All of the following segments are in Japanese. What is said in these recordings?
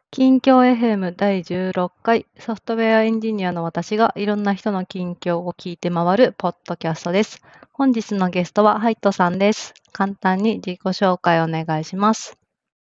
近況 FM 第16回ソフトウェアエンジニアの私がいろんな人の近況を聞いて回るポッドキャストです。本日のゲストはハイトさんです。簡単に自己紹介お願いします。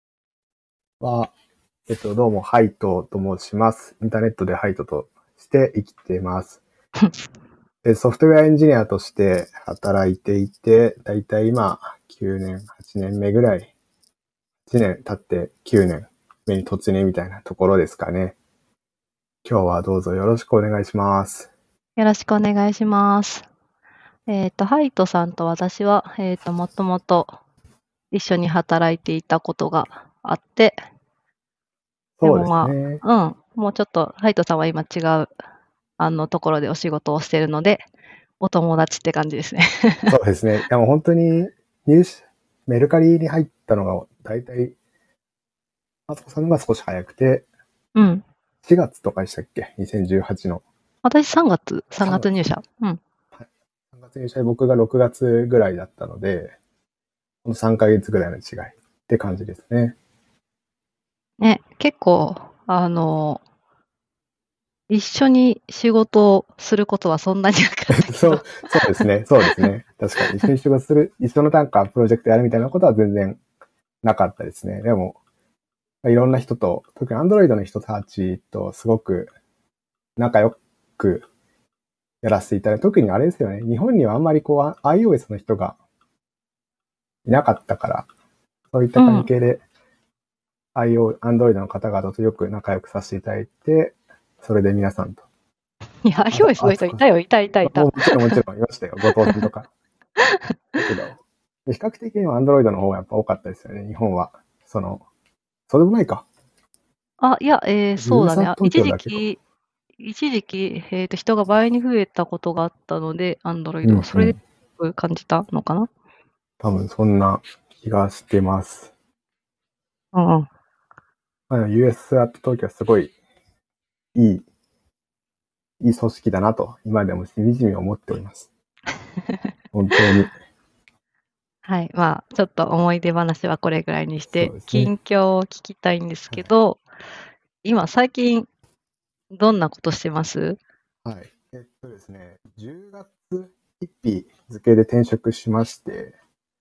どうも、ハイトと申します。インターネットでハイトとして生きています。ソフトウェアエンジニアとして働いていて、だいたい今、9年、8年目ぐらい、1年経って9年目に突入みたいなところですかね。今日はどうぞよろしくお願いします。 よろしくお願いします。ハイトさんと私は、もともと一緒に働いていたことがあって、でそうでもすね。 もうちょっと、ハイトさんは今違う、ところでお仕事をしているので、お友達って感じですね。 そうですね。いやもう本当にメルカリに入ったのがだいたい、あそこさんのが少し早くて、 うん。 4月とかでしたっけ ?2018 の。 私3月入社。うん。 はい。3月入社で僕が6月ぐらいだったので、この3ヶ月ぐらいの違いって感じですね。 ね、結構、一緒に仕事をすることはそんなになかったけど。 そうですね。そうですね。確かに一緒に仕事する、一緒の単価プロジェクトやるみたいなことは全然なかったですね。でも、いろんな人と、特に Android の人たちとすごく仲良くやらせていただいて、特にあれですよね。日本にはあんまりこう iOS の人がいなかったから、そういった関係で、Android の方々とよく仲良くさせていただいて、それで皆さんと。 いや、iOS の人いたよ、いた。 もちろんいましたよ。後藤さんとか。だけど、比較的には Android の方がやっぱ多かったですよね、日本は。そうでもないか。 いや、そうだね。 東京だけか。 一時期、人が倍に増えたことがあったので、Android は。 うんそれで感じたのかな。 多分そんな気がしてます。 うんうん。 US アット東京はすごいいい組織だなと、今でもしみじみ思っております。本当に。 はい。ちょっと思い出話はこれぐらいにして、 そうですね。 近況を聞きたいんですはい。 けど、今、最近、どんなことしてます？ はい。ですね、10月1日付で転職しまして、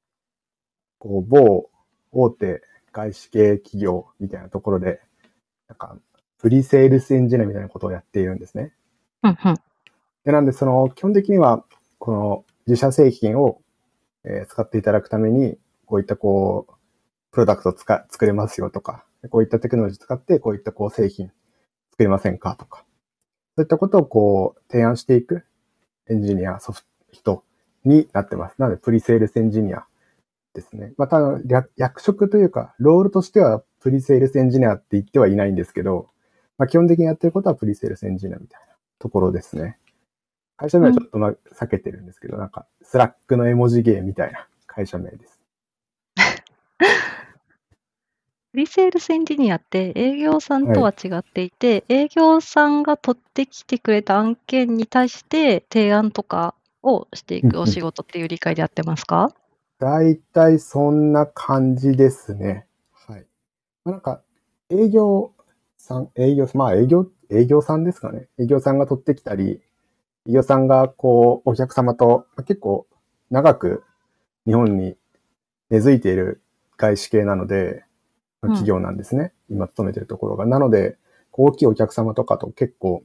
某大手外資系企業みたいなところで、なんか、プリセールスエンジニアみたいなことをやっているんですね。 うんうん。 で、なんで、基本的には、この自社製品を、使っていただくために、こういったプロダクトを作れますよとか、こういったテクノロジーを使って、こういった製品作れませんかとか、そういったことを提案していくエンジニア、人になってます。なので、プリセールスエンジニアですね。また、役職というか、ロールとしてはプリセールスエンジニアって言ってはいないんですけど、基本的にやってることはプリセールスエンジニアみたいなところですね。会社名はちょっと避けてるんですけど、スラックの絵文字芸みたいな会社名です。 プリセールスエンジニアって営業さんはい。 とは違っていて、営業さんが取ってきてくれた案件に対して提案とかをしていくお仕事っていう理解でやってますか？ 大体そんな感じですね。はい。営業営業さんですかね。営業さんが取ってきたり、営業さんがお客様と結構長く日本に根付いている外資系なので、企業なんですね。今勤めてるところが。なので、大きいお客様とかと結構、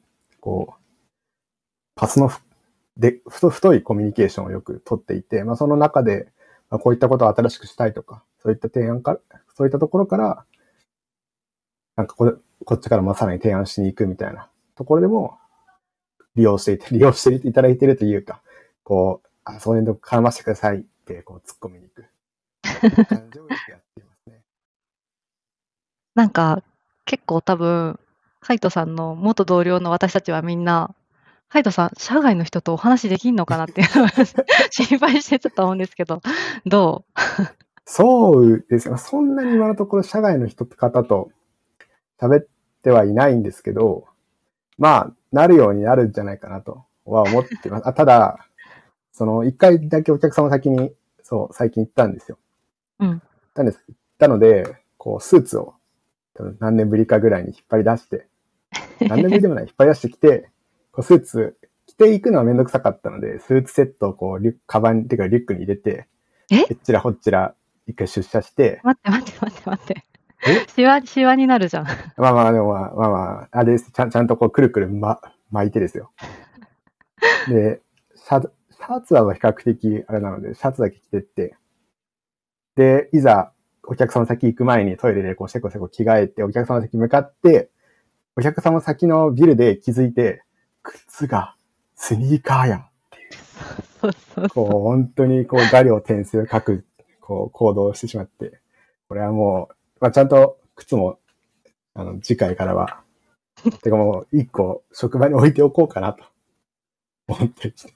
パスの太いコミュニケーションをよく取っていて、その中で、こういったことを新しくしたいとか、そういったそういったところから、こっちからさらに提案しに行くみたいなところでも、利用していただいているというか、そういうの絡ませてくださいって、突っ込みに行く。感じをよくやっていますね。 なんか、結構多分、ハイトさんの元同僚の私たちはみんな、ハイトさん、社外の人とお話できんのかなっていうのを心配してたと思うんですけど、どう？ そうですね。そんなに今のところ社外の方と喋ってはいないんですけど、なるようになるんじゃないかなとは思っています。ただ、一回だけお客様先に、最近行ったんですよ。 うん。 行ったので、スーツを多分何年ぶりかぐらいに引っ張り出して、何年ぶりでもない、引っ張り出してきて、こうスーツ着ていくのはめんどくさかったので、スーツセットをこうカバンっていうかリュックに入れて、 ええっちらほっちら一回出社して、 待って。シワになるじゃん。 まあまあ、でもまあ、あれです。ちゃんとこうくるくる巻いてですよ。で、シャツは比較的あれなので、シャツだけ着てって、で、いざお客様先行く前にトイレでこうせこせこ着替えて、お客様先向かって、お客様先のビルで気づいて、靴がスニーカーやんっていう。 そう。 こう、本当にこう、画量点数書く、こう、行動をしてしまって、これはもう、まあ、ちゃんと靴も、次回からは、てかもう、一個、職場に置いておこうかなと、思ってました。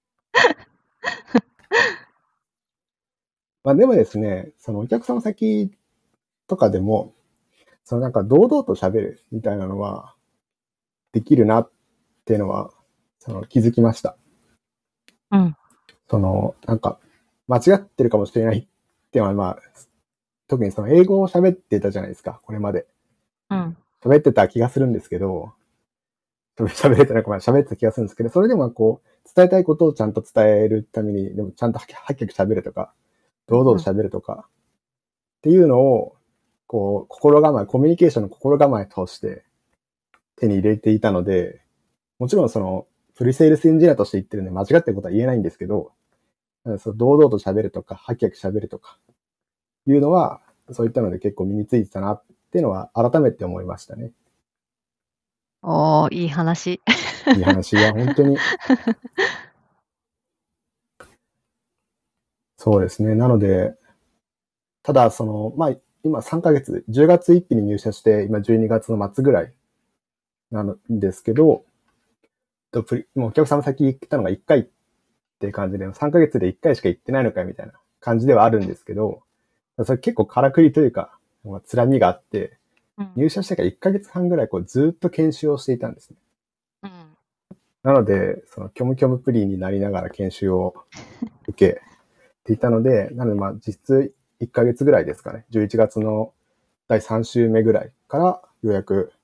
まあ、でもですね、そのお客様先とかでも、そのなんか堂々と喋るみたいなのは、できるなっていうのは、気づきました。 うん。 なんか、間違ってるかもしれないっていうのは、まあ、特にその英語を喋ってたじゃないですか、これまで。 うん。 喋ってた気がするんですけど、喋れてないかも喋ってた気がするんですけど、それでもこう、伝えたいことをちゃんと伝えるために、でもちゃんとはっきり喋るとか、堂々と喋るとか、っていうのを、こう、コミュニケーションの心構えとして手に入れていたので、もちろんプリセールスエンジニアとして言ってるんで間違ってることは言えないんですけど、堂々と喋るとか、はきはき喋るとか、いうのは、そういったので結構身についてたなっていうのは改めて思いましたね。 おー、いい話。 いい話は本当に。そうですね。なので、ただまあ、今3ヶ月、10月1日に入社して、今12月の末ぐらいなんですけど、もうお客様先行ったのが1回っていう感じで、3ヶ月で1回しか行ってないのかみたいな感じではあるんですけど、それ結構からくりというか、つらみがあって、入社してから1ヶ月半ぐらいこうずっと研修をしていたんですね。 うん。 なので、キョムキョムプリンになりながら研修を受けていたので、なのでまあ実質1ヶ月ぐらいですかね。11月の第3週目ぐらいからようやく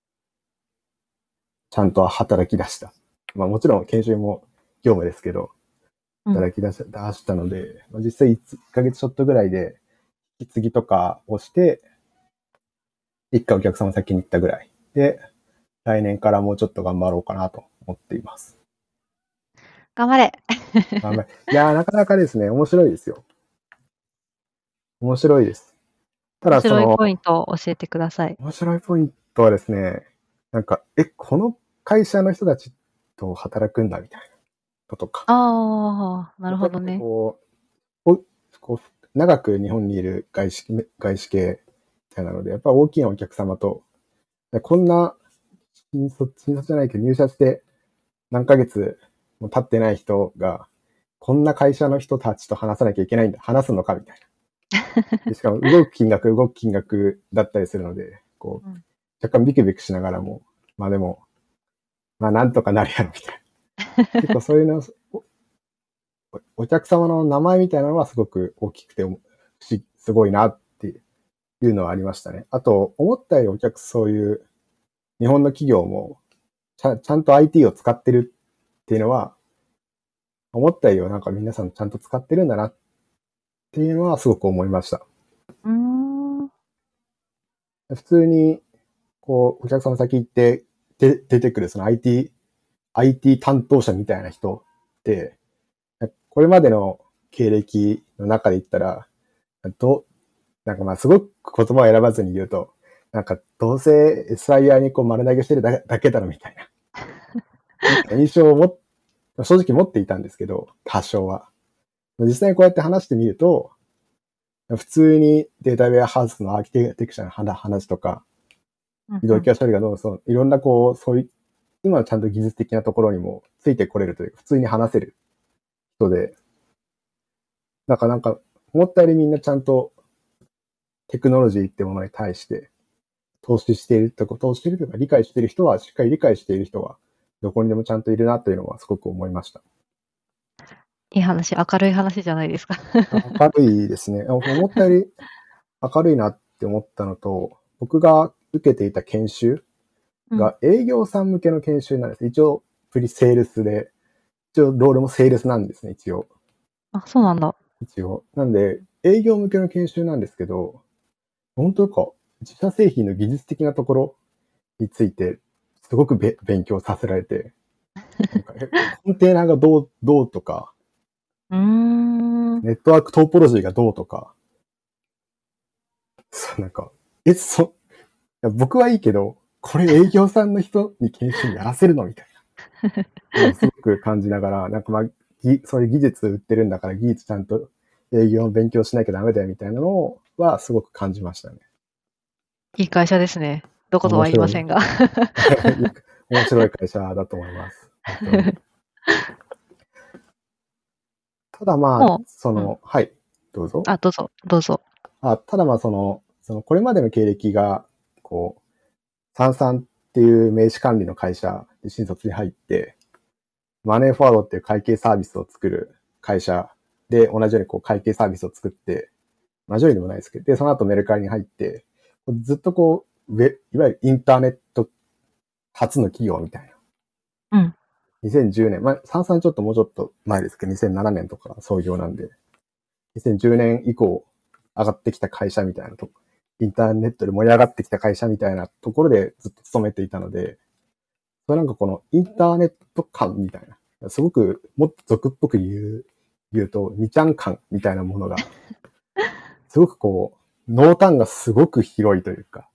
ちゃんと働き出した。まあもちろん研修も業務ですけど、働き出したので、まあ、実際1ヶ月ちょっとぐらいで引き継ぎとかをして、一回お客様先に行ったぐらいで、来年からもうちょっと頑張ろうかなと思っています。 頑張れ。 いやー、なかなかですね、面白いですよ。面白いです。ただ面白いポイントを教えてください。 面白いポイントはですね、なんか、この会社の人たちと働くんだみたいなことか。 ああ、なるほどね。 こう長く日本にいる外資系みたいなので、やっぱ大きなお客様と、こんな新卒じゃないけど入社して何ヶ月も経ってない人が、こんな会社の人たちと話さなきゃいけないんだ。話すのかみたいな。でしかも動く金額だったりするので、こう、若干ビクビクしながらも、まあでも、まあなんとかなるやろみたいな。結構そういうの、お客様の名前みたいなのはすごく大きくて、すごいなっていうのはありましたね。あと、思ったよりそういう日本の企業もちゃんと IT を使ってるっていうのは、思ったよりはなんか皆さんちゃんと使ってるんだなっていうのはすごく思いました。普通に、こう、お客様先行って出てくるその IT 担当者みたいな人って、これまでの経歴の中で言ったら、なんかまあすごく言葉を選ばずに言うと、なんかどうせ SIR にこう丸投げしてるだけだろみたいな印象を正直持っていたんですけど、多少は。実際にこうやって話してみると、普通にデータウェアハウスのアーキテクチャの話とか、移動機械処理がどうぞ、いろんなこう、そういう、今のちゃんと技術的なところにもついてこれるというか、普通に話せる人で、なんか、思ったよりみんなちゃんとテクノロジーってものに対して投資しているとか、理解している人は、しっかり理解している人は、どこにでもちゃんといるなというのはすごく思いました。 いい話、明るい話じゃないですか。 明るいですね。思ったより明るいなって思ったのと、 僕が受けていた研修が営業さん向けの研修なんです。一応、プリセールスで、一応、ロールもセールスなんですね、一応。 あ、そうなんだ。 一応。なんで、営業向けの研修なんですけど、本当か、自社製品の技術的なところについて、すごく勉強させられて、なんかコンテーナーがどうとか、ネットワークトーポロジーがどうとか、なんか、僕はいいけど、これ営業さんの人に研修やらせるのみたいな。すごく感じながら、なんかそういう技術売ってるんだから技術ちゃんと営業を勉強しなきゃダメだよみたいなのはすごく感じましたね。 いい会社ですね。どことは言いませんが。 面白い会社だと思います。本当にただまあ、はい、どうぞ。 あ、どうぞ、どうぞ。 ただまあ、これまでの経歴が、こう、サンっていう名刺管理の会社で新卒に入って、マネーフォワードっていう会計サービスを作る会社で同じようにこう会計サービスを作って、同じようにでもないですけど、で、その後メルカリに入って、ずっとこう、いわゆるインターネット初の企業みたいな。 うん。 2010年、サンちょっともうちょっと前ですけど、2007年とか創業なんで、2010年以降上がってきた会社みたいなとこ、インターネットで盛り上がってきた会社みたいなところでずっと勤めていたので、それなんかこのインターネット感みたいな、すごくもっと俗っぽく言うと、2ちゃん感みたいなものが、すごくこう、濃淡がすごく広いというか、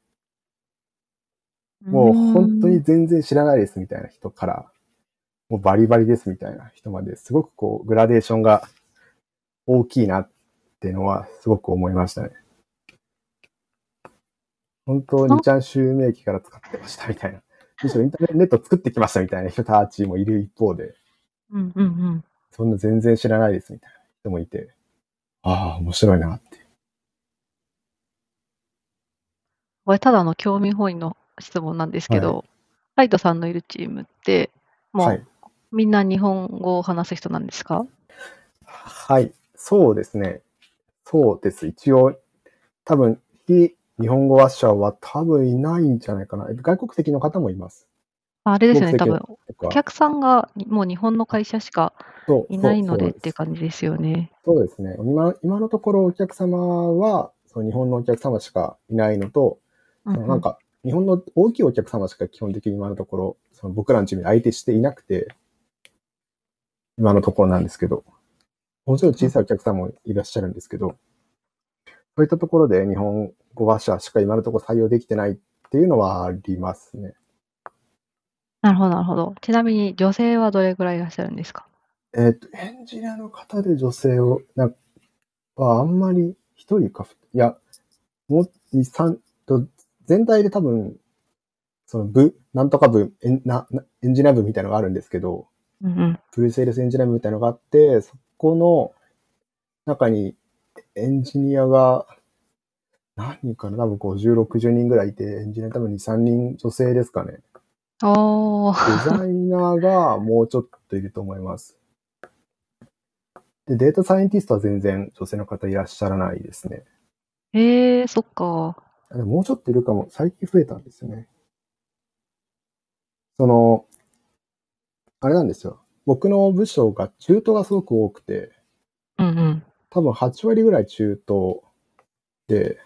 もう本当に全然知らないですみたいな人から、もうバリバリですみたいな人まで、すごくこう、グラデーションが大きいなっていうのはすごく思いましたね。本当にちゃん襲名期から使ってましたみたいな。むしろインターネット作ってきましたみたいな人たちもいる一方で、そんな全然知らないですみたいな人もいて、ああ、面白いなって。 これただの興味本位の質問なんですけど、ハイトさんのいるチームって、もうみんな日本語を話す人なんですか？ はい、そうですね。そうです。一応、多分、日本語話者は多分いないんじゃないかな。外国籍の方もいます。 あれですよね、多分、お客さんがもう日本の会社しかいないのでっていう感じですよね。 そうですね。今のところお客様は、日本のお客様しかいないのと、なんか、日本の大きいお客様しか基本的に今のところ、僕らのチームに相手していなくて、今のところなんですけど、もちろん小さいお客さんもいらっしゃるんですけど、そういったところで日本語話者しか今のところ採用できてないっていうのはありますね。 なるほど、なるほど。ちなみに女性はどれぐらいいらっしゃるんですか？ エンジニアの方で女性を、あんまり一人か、いや、もう2、3と、全体で多分、なんとか部、エンジニア部みたいなのがあるんですけど、プリセールスエンジニア部みたいなのがあって、そこの中にエンジニアが何人かな、多分50、60人ぐらいいて、エンジニア多分2、3人女性ですかね。デザイナーがもうちょっといると思います。で、データサイエンティストは全然女性の方いらっしゃらないですね。 そっか。 もうちょっといるかも。最近増えたんですよね。あれなんですよ。僕の部署が中東がすごく多くて、多分8割ぐらい中東で、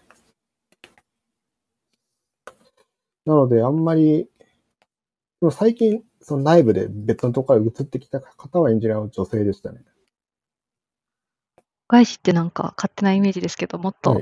なのであんまり、でも最近、内部で別のところから移ってきた方はエンジニアは女性でしたね。 外資ってなんか勝手なイメージですけど、もっと、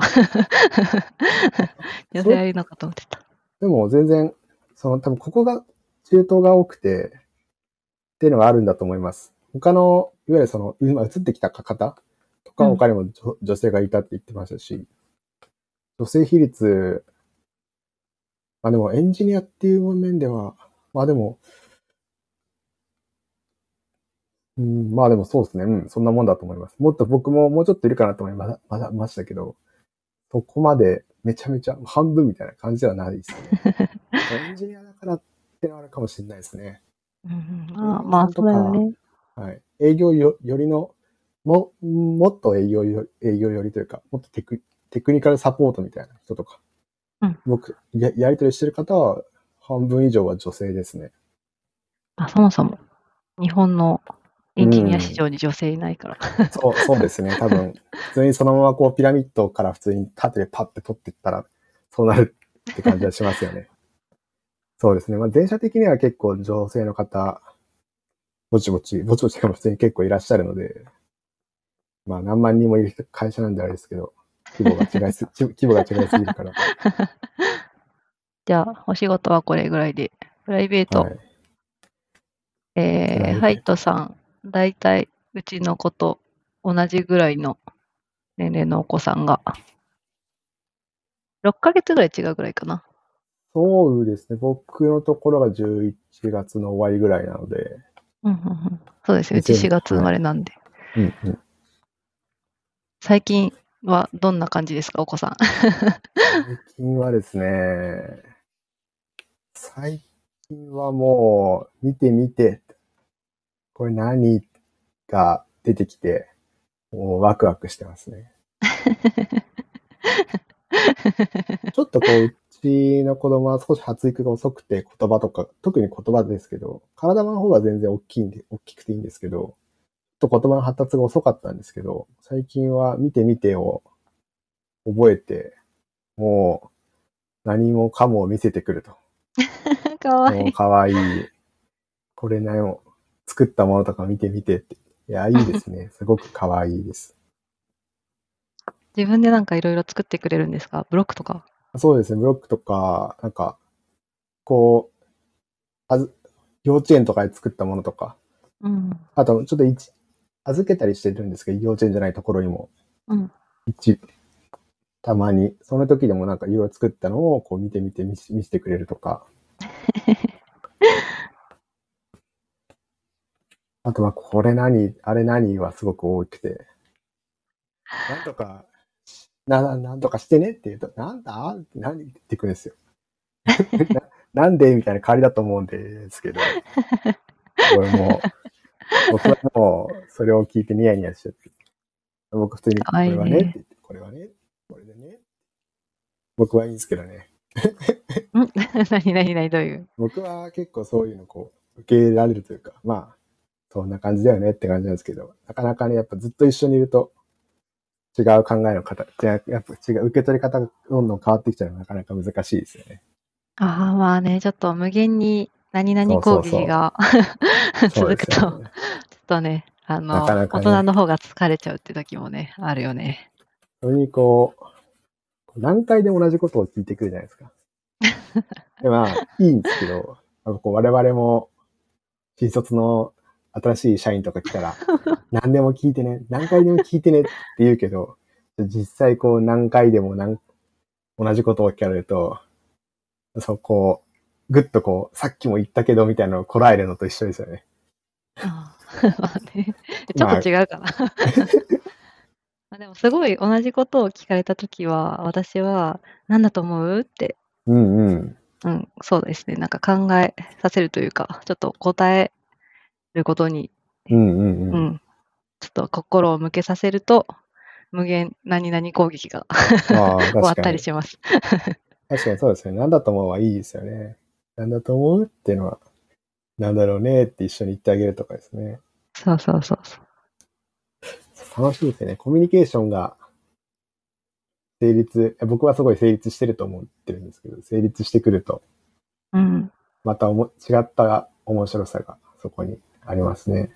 女性はいるのかと思ってた。 でも全然、多分ここが中東が多くて、っていうのがあるんだと思います。他の、いわゆる今移ってきた方とか、他にも女性がいたって言ってましたし、女性比率、でもエンジニアっていう面では、でも、でもそうですね。そんなもんだと思います。僕ももうちょっといるかなと思いましたけど、そこまでめちゃめちゃ半分みたいな感じではないですね。エンジニアだからってのはあるかもしれないですね。 そうだよね。 はい。営業よりの、もっと営業よりというか、もっとテクニカルサポートみたいな人とか僕、やり取りしてる方は半分以上は女性ですね。 そもそも日本のエンジニア市場に女性いないから。 そうですね。多分、普通にそのままこうピラミッドから普通に縦でパッて取っていったら、そうなるって感じはしますよね。そうですね。前者的には結構女性の方、ぼちぼちかも普通に結構いらっしゃるので、何万人もいる会社なんであれですけど、規模が違いすぎるから。 じゃあ、お仕事はこれぐらいで。プライベート。 はい。 ハイトさん、だいたいうちの子と同じぐらいの年齢のお子さんが、6ヶ月ぐらい違うぐらいかな。 そうですね。僕のところが11月の終わりぐらいなので。 そうですよ。うち4月生まれなんで。最近はどんな感じですか、お子さん。 最近はですね、最近はもう、見て、これ何が出てきて、もうワクワクしてますね。ちょっとこう、うちの子供は少し発育が遅くて言葉とか、特に言葉ですけど、体の方は全然大きくていいんですけど、ちょっと言葉の発達が遅かったんですけど、最近は見てを覚えて、もう何もかもを見せてくると。 かわいい。 もうかわいい。これなよ。作ったものとか見てって。いや、いいですね。すごくかわいいです。 自分でなんかいろいろ作ってくれるんですか？ブロックとか。 そうですね。ブロックとか、なんか、こう、幼稚園とかで作ったものとか、あと、ちょっと預けたりしてるんですけど、幼稚園じゃないところにも、たまに、その時でもなんかいろいろ作ったのをこう見て見せてくれるとか。あとは、これ何、あれ何はすごく多くて、なんとか、なんとかしてねって言うと、なんだ何って言ってくるんですよ。なんでみたいな代わりだと思うんですけど、これもう、僕はもう、それを聞いてニヤニヤしちゃって、僕普通に、これはねって言って、これはね、これでね。僕はいいんですけどね。 何どういう。 僕は結構そういうのこう、受け入れられるというか、そんな感じだよねって感じなんですけど、なかなかね、やっぱずっと一緒にいると、違う考えの方、やっぱ違う受け取り方がどんどん変わってきちゃうのはなかなか難しいですよね。 ちょっと無限に何々攻そうそうそう。 撃がそうですよ続くと、ちょっね。 とね、 なかな大かね、 人の方が疲れちゃうって時もね、あるよね。 それにこう、何回でも同じことを聞いてくるじゃないですか。でいいんですけど、我々も、新卒の新しい社員とか来たら、何でも聞いてね、何回でも聞いてねって言うけど、実際こう何回でも同じことを聞かれると、こう、ぐっとこう、さっきも言ったけどみたいなのをこらえるのと一緒ですよね。 ちょっと違うかな。でもすごい同じことを聞かれたときは、私は何だと思うって、そうですね、なんか考えさせるというか、ちょっと答えることに、ちょっと心を向けさせると、無限何々攻撃が終わったりします。 確かにそうですね。なんだと思うはいいですよね。なんだと思うっていうのは、なんだろうねって一緒に言ってあげるとかですね。 そう。 楽しいですよね。コミュニケーションが僕はすごい成立してると思ってるんですけど、成立してくると、また違った面白さがそこにありますね。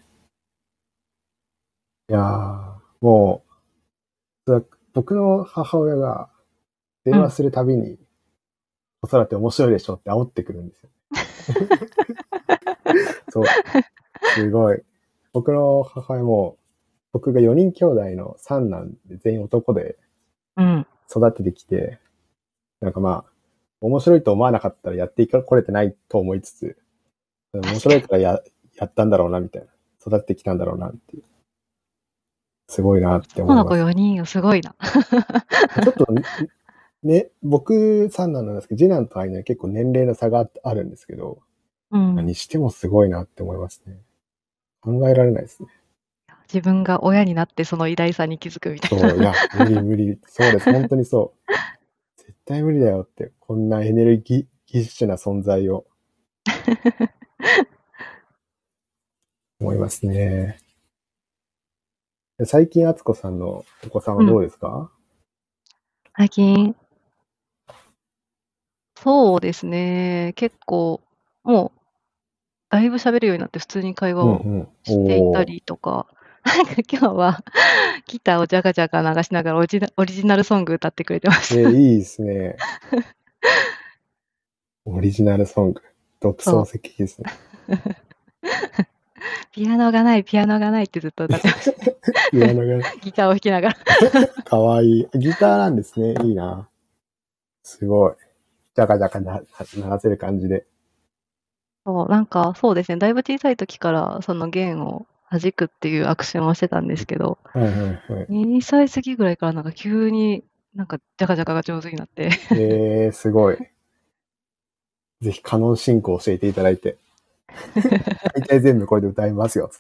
いやー、もう、僕の母親が電話するたびに、子育て面白いでしょって煽ってくるんですよ。そう。すごい。僕の母親も、僕が4人兄弟の三男で全員男で育ててきて、なんか面白いと思わなかったらやってこれてないと思いつつ、面白いからやったんだろうな、みたいな。育ってきたんだろうな、っていう。すごいなって思います。 男の子4人よ、すごいな。 ちょっとね、僕三男なんですけど、次男と間に結構年齢の差があるんですけど、にしてもすごいなって思いますね。考えられないですね。 自分が親になってその偉大さに気づくみたいな。 そう、いや、無理。そうです。本当にそう。絶対無理だよって、こんなエネルギッシュな存在を思いますね。最近、あつこさんのお子さんはどうですか？ 最近、そうですね。結構、もう、だいぶ喋るようになって普通に会話をうんうん。 していたおー。 りとか、なんか今日はギターをジャカジャカ流しながらオリジナルソング歌ってくれてました。 いいですね。オリジナルソング。独創そう。 的ですね。 ピアノがない、ピアノがないってずっと歌ってましたね。 ピアノがギターを弾きながら。 かわいい。ギターなんですね。いいな。すごい。ジャカジャカ流せる感じで。 そう、なんか、そうですね、だいぶ小さい時からその弦を弾くっていうアクションをしてたんですけど、 はいはいはい。 2歳過ぎぐらいからなんか急になんかジャカジャカが上手になって。 すごい。ぜひ、カノン進行教えていただいて。大体全部これで歌いますよ。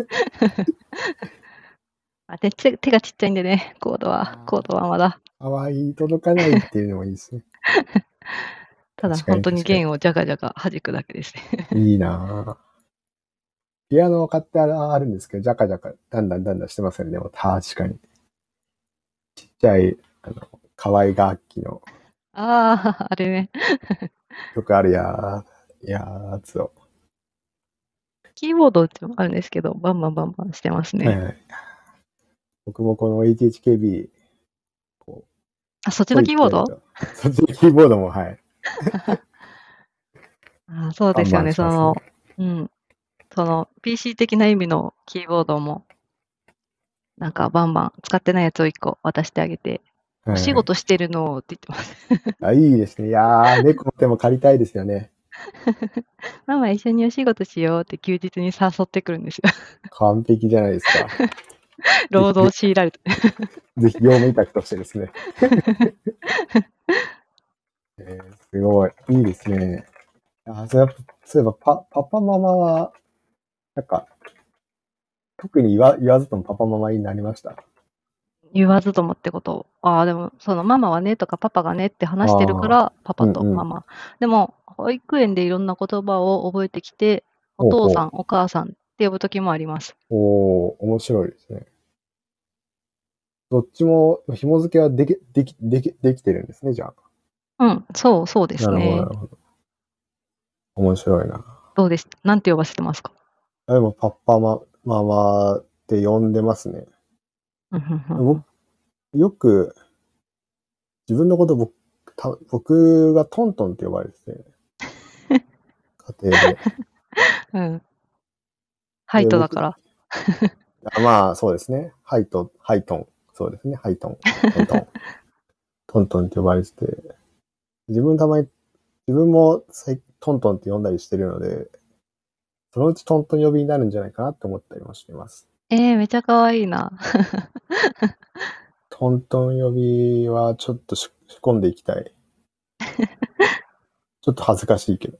手がちっちゃいんでね、コードはまだ。 かわいい。届かないっていうのもいいですね。 ただ確か本当にに確かに。 弦をジャカジャカ弾くだけですね。 いいなぁ。ピアノを買ってあるんですけど、ジャカジャカ、だんだんしてますよね。でも確かに。ちっちゃい、可愛楽器のああ、あれね。 よくあるやつを。 キーボードっていうのもあるんですけど、バンバンバンバンしてますね。 はいはい。僕もこの HHKB、こう、 あ、そっちポイっのキーボード？ てやると、そっちのキーボードも、はい、 ああ、そうバンバですよね。 ンしますね。 うん、その PC 的な意味のキーボードも、なんかバンバン使ってないやつを1個渡してあげて、お仕はいはい。 事してるのって言ってます。 あ、いいですね。いやー、猫の手も借りたいですよね。 ママ一緒にお仕事しようって休日に誘ってくるんですよ。 完璧じゃないですか。ぜひ、 労働強いられて。 ぜひ業務委託としてですね。すごい。いいですね。そういえばパパママは、なんか、特に言わずともパパママになりました。 言わずともってこと。ああ、でも、そのママはねとかパパがねって話してるかああ、 ら、パパうんうん。 とママ。でも、保育園でいろんな言葉を覚えてきて、おほうほ父さん、お母さんって呼ぶ時もあります。 う。面白いですね。どっちも紐付けはできてるんですね、じゃあ。 うん、そうでなるほど、なすね。 るほど。面白いな。 どうです？なんて呼ばせてますか？ でも、ママって呼んでますね。 うんふんふんふ僕、 ん。 よく、自分のこと僕がトントンって呼ばれてて、家庭で。 うん。ハイで、 トだから。 まあ、そうですね。ハイトン。そうですね。ハイトン。トントン。トントンって呼ばれてて、自分たまに、自分もトントンって呼んだりしてるので、そのうちトントン呼びになるんじゃないかなって思ったりもしています。 めっちゃ可愛いな。 トントン呼びはちょっと仕込んでいきたい。ちょっと恥ずかしいけど。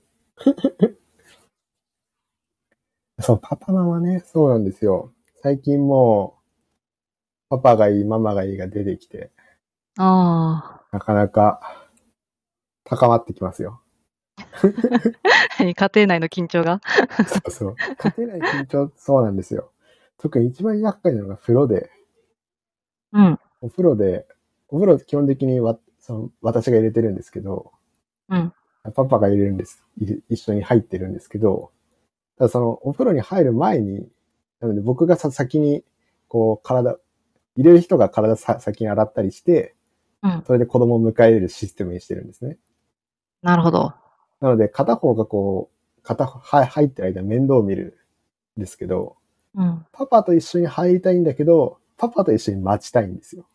そう、パパママね、そうなんですよ。最近もう、パパがいい、ママがいいが出てきて、 ああ。 なかなか高まってきますよ。 家庭内の緊張が？ そうそう。家庭内緊張、そうなんですよ。特に一番厄介なのが風呂で、 うん、 お風呂で、お風呂基本的に私が入れてるんですけど、 うん、 パパが入れるんです。一緒に入ってるんですけど、ただそのお風呂に入る前に、なので僕が先に、こう入れる人が先に洗ったりして、 うん。 それで子供を迎え入れるシステムにしてるんですね。 なるほど。 なので片方が入ってる間面倒を見るんですけど、 うん。 パパと一緒に入りたいんだけど、パパと一緒に待ちたいんですよ。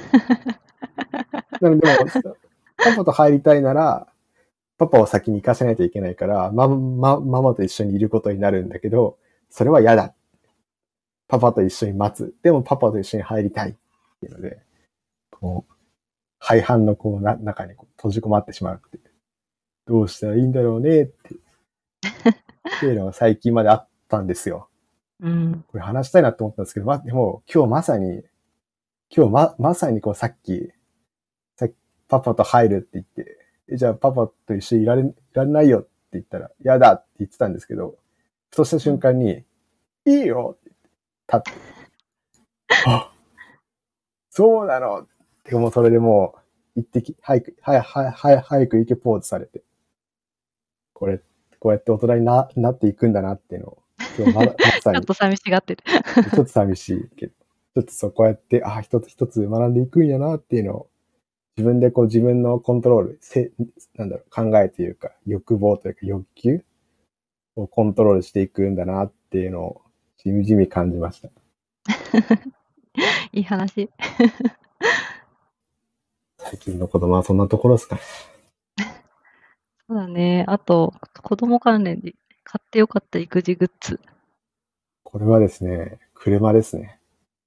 なので、でも、パパと入りたいなら、パパを先に行かせないといけないから、ママと一緒にいることになるんだけど、それは嫌だ。パパと一緒に待つ。でもパパと一緒に入りたい。っていうので、こう、廃反の中に閉じ込まってしまうっていう。どうしたらいいんだろうねっていうのが最近まであったんですよ。 うん。 これ話したいなって思ったんですけど、でも今日まさにこうさっきパパと入るって言って、じゃあパパと一緒にいられないよって言ったら、嫌だって言ってたんですけど、ふとした瞬間に、いいよって言って、立って、あ、そうなのって、もうそれでもう、早く行けポーズされて、こうやって大人になっていくんだなっていうのを、今日まさに、 ちょっと寂しがってる。 ちょっと寂しいけど、ちょっとこうやって、一つ一つ学んでいくんやなっていうのを、自分で自分のコントロール、考えというか、欲望というか欲求をコントロールしていくんだなっていうのを、しみじみ感じました。 いい話。 最近の子供はそんなところですかね。 そうだね。あと、子供関連で買ってよかった育児グッズ。 これはですね、車ですね。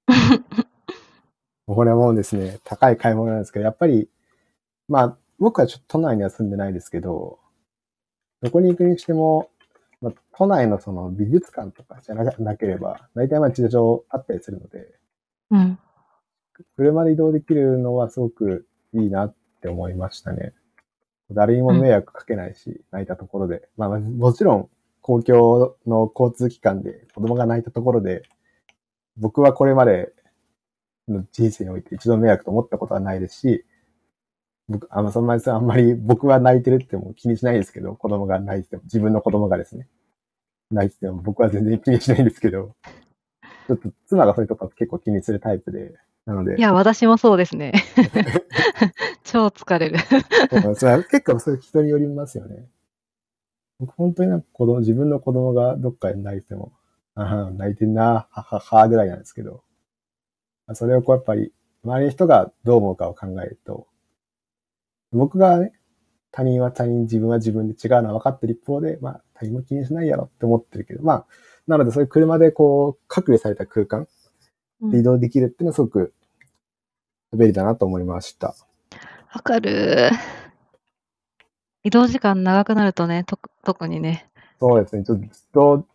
これはもうですね、高い買い物なんですけど、やっぱり、僕はちょっと都内には住んでないですけど、どこに行くにしても、都内のその美術館とかじゃなければ、大体駐車場あったりするので、 うん。 車で移動できるのはすごくいいなって思いましたね。誰にもうん。 迷惑かけないし、泣いたところで。もちろん、公共の交通機関で子供が泣いたところで、僕はこれまでの人生において一度迷惑と思ったことはないですし、そんなにあんまり僕は泣いてるっても気にしないですけど、子供が泣いてても、自分の子供がですね、泣いてても僕は全然気にしないんですけど、ちょっと妻がそういうとこ結構気にするタイプで、なので。 いや、私もそうですね。超疲れる。 それは結構そういう人によりますよね。僕本当に自分の子供がどっかで泣いても、泣いてんな、はははぐらいなんですけど、それをやっぱり、周りの人がどう思うかを考えると、僕がね、他人は他人、自分は自分で違うのは分かってる一方で、他人も気にしないやろって思ってるけど、なのでそういう車で隔離された空間で移動できるっていうのはすごく便利だなと思いました。 わかる。移動時間長くなるとね、特にね。 そうですね、ちょっとずっと、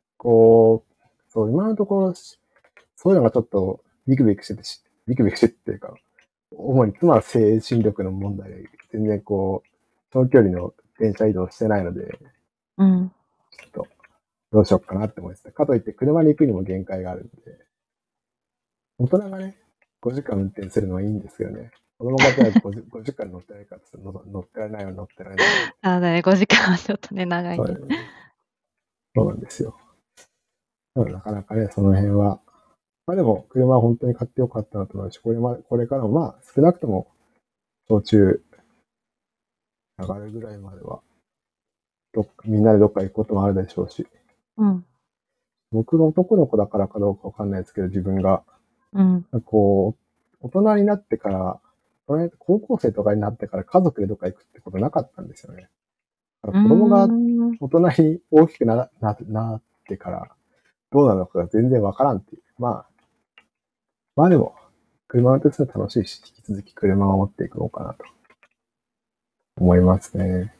今のところ、そういうのがちょっとビクビクしてっていうか、主に妻は精神力の問題で、全然長距離の電車移動してないので、 うん。 ちょっと、どうしようかなって思いました。かといって車に行くにも限界があるので、大人がね、5時間運転するのはいいんですけどね、子供がじゃあ5時間乗ってないかって乗ってられないよ、乗ってられないよ。 ね、5時間はちょっとね、長いね。 そうなんですよ。なかなかね、その辺は。でも、車は本当に買ってよかったなと思うし、これからも少なくとも、途中、上がるぐらいまでは、みんなでどっか行くこともあるでしょうし。 うん。 僕が男の子だからかどうかわかんないですけど、自分が。 うん。 大人になってから、高校生とかになってから家族でどっか行くってことなかったんですよね。だから子供が大人に大きくなってから、どうなのかが全然わからんっていう。でも、車運転するの楽しいし、引き続き車を持っていこうかなと思いますね。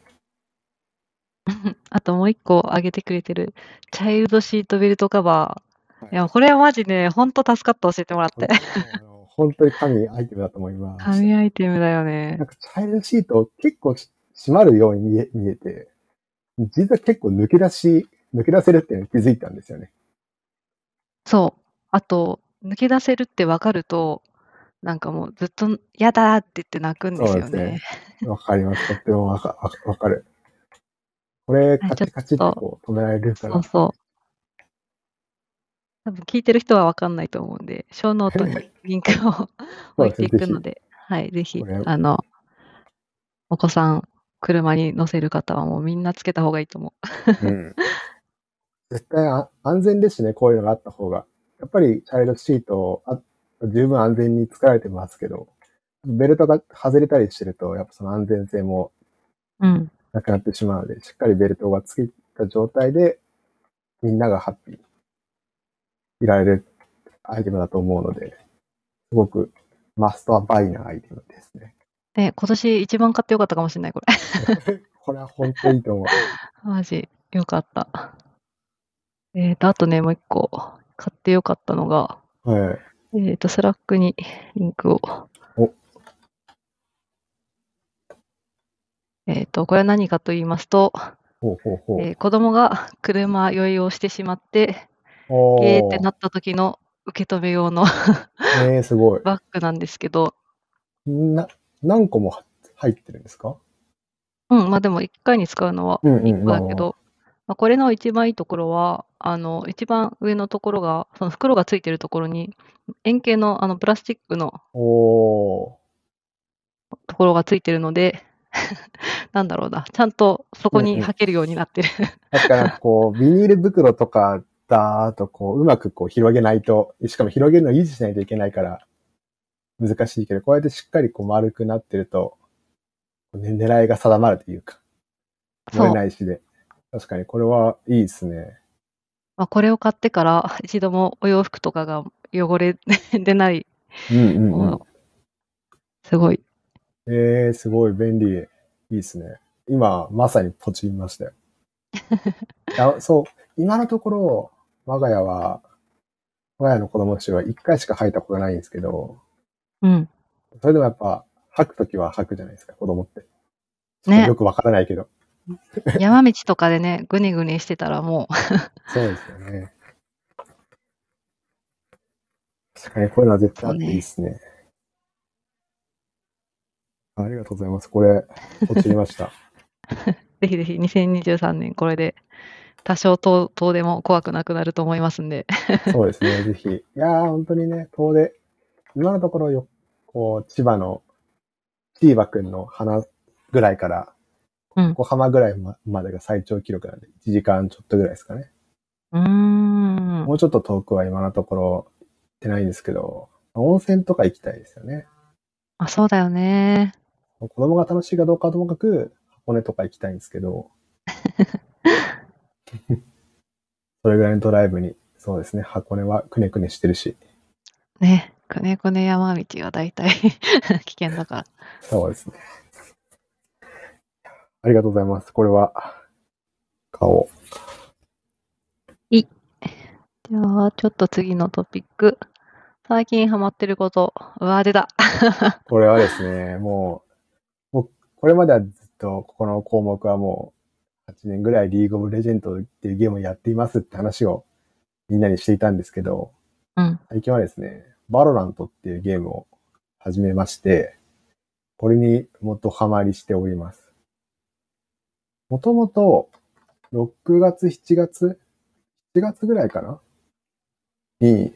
あともう一個挙げてくれてる、チャイルドシートベルトカバー。 はい、 いや、これはマジね、ほんと助かった、教えてもらって。 本当に神アイテムだと思います。 神アイテムだよね。 チャイルドシート結構閉まるように見えて、実は結構抜け出せるっていうのに気づいたんですよね。 そう。あと、抜け出せるって分かると、なんかもうずっと嫌だって言って泣くんですよね。 わかります。とってもわかる。これ、カチカチって止められるから。 そうそう。多分聞いてる人は分かんないと思うんで、ショーノートにリンクを置いていくので、はい、ぜひ、お子さん、車に乗せる方はもうみんなつけた方がいいと思う。 うん。絶対安全ですしね、こういうのがあった方が。やっぱりチャイルドシート十分安全に作られてますけど、ベルトが外れたりしてると、やっぱその安全性もなくなってしまうので、しっかりベルトがついた状態で、みんながハッピーにいられるアイテムだと思うので、すごくマストアバイなアイテムですね。 今年一番買ってよかったかもしれない、これ。 これは本当にいいと思う。 マジ、よかった。あとね、もう一個、買ってよかったのが、スラックにリンクを。 これは何かと言いますと、 ほうほうほう。 子供が車酔いをしてしまって、ゲーっておー。 なった時の受け止め用のすごい。 バッグなんですけど、 な、何個も入ってるんですか？ でも1回に使うのは1 うんうん、まあまあまあ。 個だけど、これの一番いいところは、一番上のところが、その袋がついてるところに、円形のプラスチックのおー。 ところがついてるので、なんだろうな、ちゃんとそこうんうん。 に履けるようになってる。 確かなんかこう、ビニール袋とかだとこう、うまくこう広げないと、しかも広げるのを維持しないといけないから難しいけど、こうやってしっかりこう丸くなってると、ね、狙いが定まるというか、漏れそう。 ないしで。確かにこれはいいですね。 これを買ってから一度もお洋服とかが汚れ出ない、 うんうんうん。 もうすごい。 すごい便利。いいですね。今、まさにポチりましたよ。そう、今のところ、我が家の子供たちは一回しか履いたことがないんですけど、 うん。 それでもやっぱ、履くときは履くじゃないですか、子供って。ちょっとね。 よくわからないけど。 山道とかでね、ぐにぐにしてたらもう、 そうですよね。確かにこういうのは絶対あっていいでそうね。 すね。ありがとうございます。これ、ポチりました。 ぜひぜひ2023年これで多少遠出も怖くなくなると思いますんで。 そうですね、ぜひ。いやー、本当にね、遠出、今のところこう、千葉のチーバくんの花ぐらいから、 うん。 横浜ぐらいまでが最長記録なんで、1時間ちょっとぐらいですかね。 うーん。 もうちょっと遠くは今のところ行ってないんですけど、温泉とか行きたいですよね。 そうだよね。 子供が楽しいかどうかはともかく、箱根とか行きたいんですけど、それぐらいのドライブに、そうですね、箱根はくねくねしてるし、 ね、くねくね山道はだいたい危険だから。 そうですね。ありがとうございます。これは、買おう。 じゃあ、ちょっと次のトピック。最近ハマってること。出た。 これはですね、もう、これまではずっと、ここの項目はもう、8年ぐらいリーグオブレジェンドっていうゲームをやっていますって話をみんなにしていたんですけど、 うん。 最近はですね、バロラントっていうゲームを始めまして、これにもっとハマりしております。もともと、6月、7月ぐらいかなに、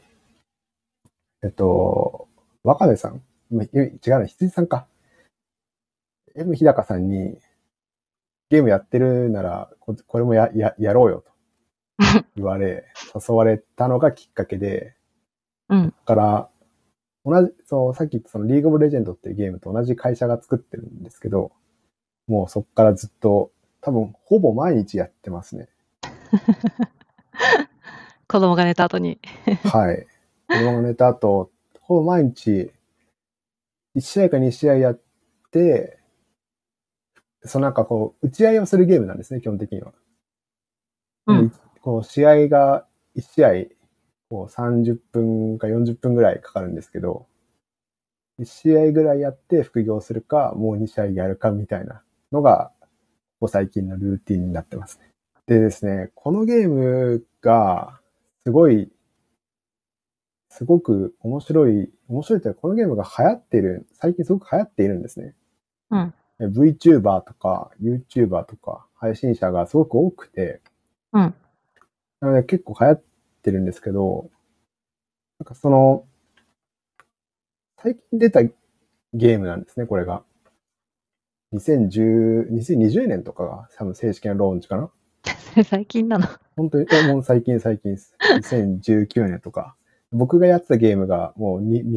若部さん違うな、羊さんか。M 日高さんに、ゲームやってるなら、これもやろうよと言われ、誘われたのがきっかけで、 うん。 だから、そう、さっき言ったそのリーグオブレジェンドっていうゲームと同じ会社が作ってるんですけど、もうそっからずっと、多分、ほぼ毎日やってますね。 子供が寝た後に。 はい。子供が寝た後、ほぼ毎日、1試合か2試合やって、なんかこう、打ち合いをするゲームなんですね、基本的には。 うん。 こう、試合が、1試合、こう30分か40分ぐらいかかるんですけど、1試合ぐらいやって副業するか、もう2試合やるかみたいなのが、ここ最近のルーティンになってますね。でですね、このゲームが、すごく面白いというか、このゲームが最近すごく流行っているんですね。 うん。 VTuber とか YouTuber とか配信者がすごく多くて、 うん。 なので結構流行ってるんですけど、なんか最近出たゲームなんですね、これが。2020年とかが多分正式なローンチかな。 最近なの。 本当に、もう最近です。2019年とか。僕がやってたゲームがもう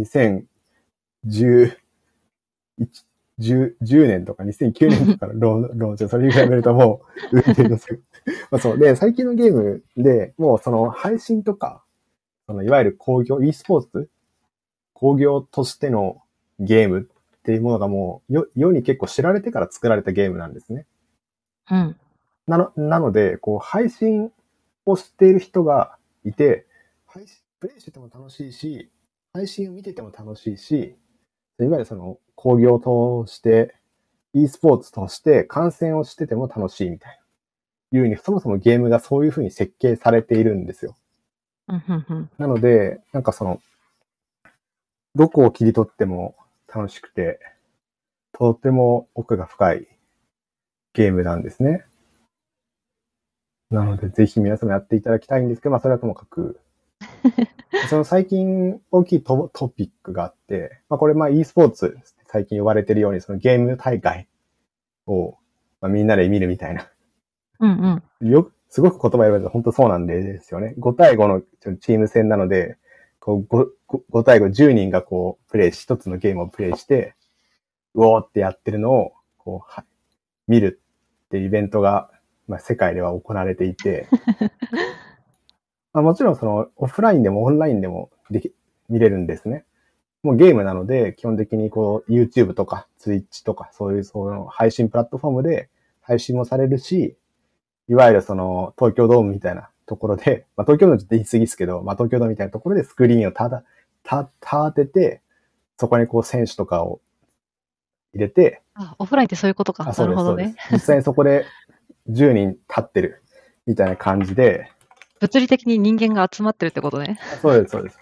2010、10年とか2009年とかのローンチ、それに比べるともう、運転のせい。まあそう。で、最近のゲームで、もうその配信とか、いわゆるe スポーツ工業としてのゲームっていうものがもう世に結構知られてから作られたゲームなんですね。 うん。 なので、こう、配信をしている人がいて、プレイしてても楽しいし、配信を見てても楽しいし、いわゆるその工業として e スポーツとして観戦をしてても楽しいみたいな。いうに、そもそもゲームがそういう風に設計されているんですよ。なので、なんかその、どこを切り取っても楽しくて、とても奥が深いゲームなんですね。なので、ぜひ皆さんもやっていただきたいんですけど、まあ、それはともかく、その最近大きいトピックがあって、まあ、これまあ e スポーツ、最近呼ばれてるように、そのゲーム大会を、まあ、みんなで見るみたいな。すごく言葉言われると本当そうなんですよね。5対5のチーム戦なので、こう 5対5、10人がこう、一つのゲームをプレイして、うおーってやってるのを、こう、見るっていうイベントが、まあ、世界では行われていて、まあ、もちろんその、オフラインでもオンラインでも見れるんですね。もうゲームなので、基本的にこう、YouTube とか Twitch とか、そういう配信プラットフォームで配信もされるし、いわゆるその、東京ドームみたいなところで、まあ、東京ドームって言い過ぎですけど、まあ、東京ドームみたいなところでスクリーンを立てて、そこにこう、選手とかを入れて、 オフラインってそういうことか。なるほどね。 実際にそこで10人立ってるみたいな感じで。 物理的に人間が集まってるってことね。 そうです、そうです。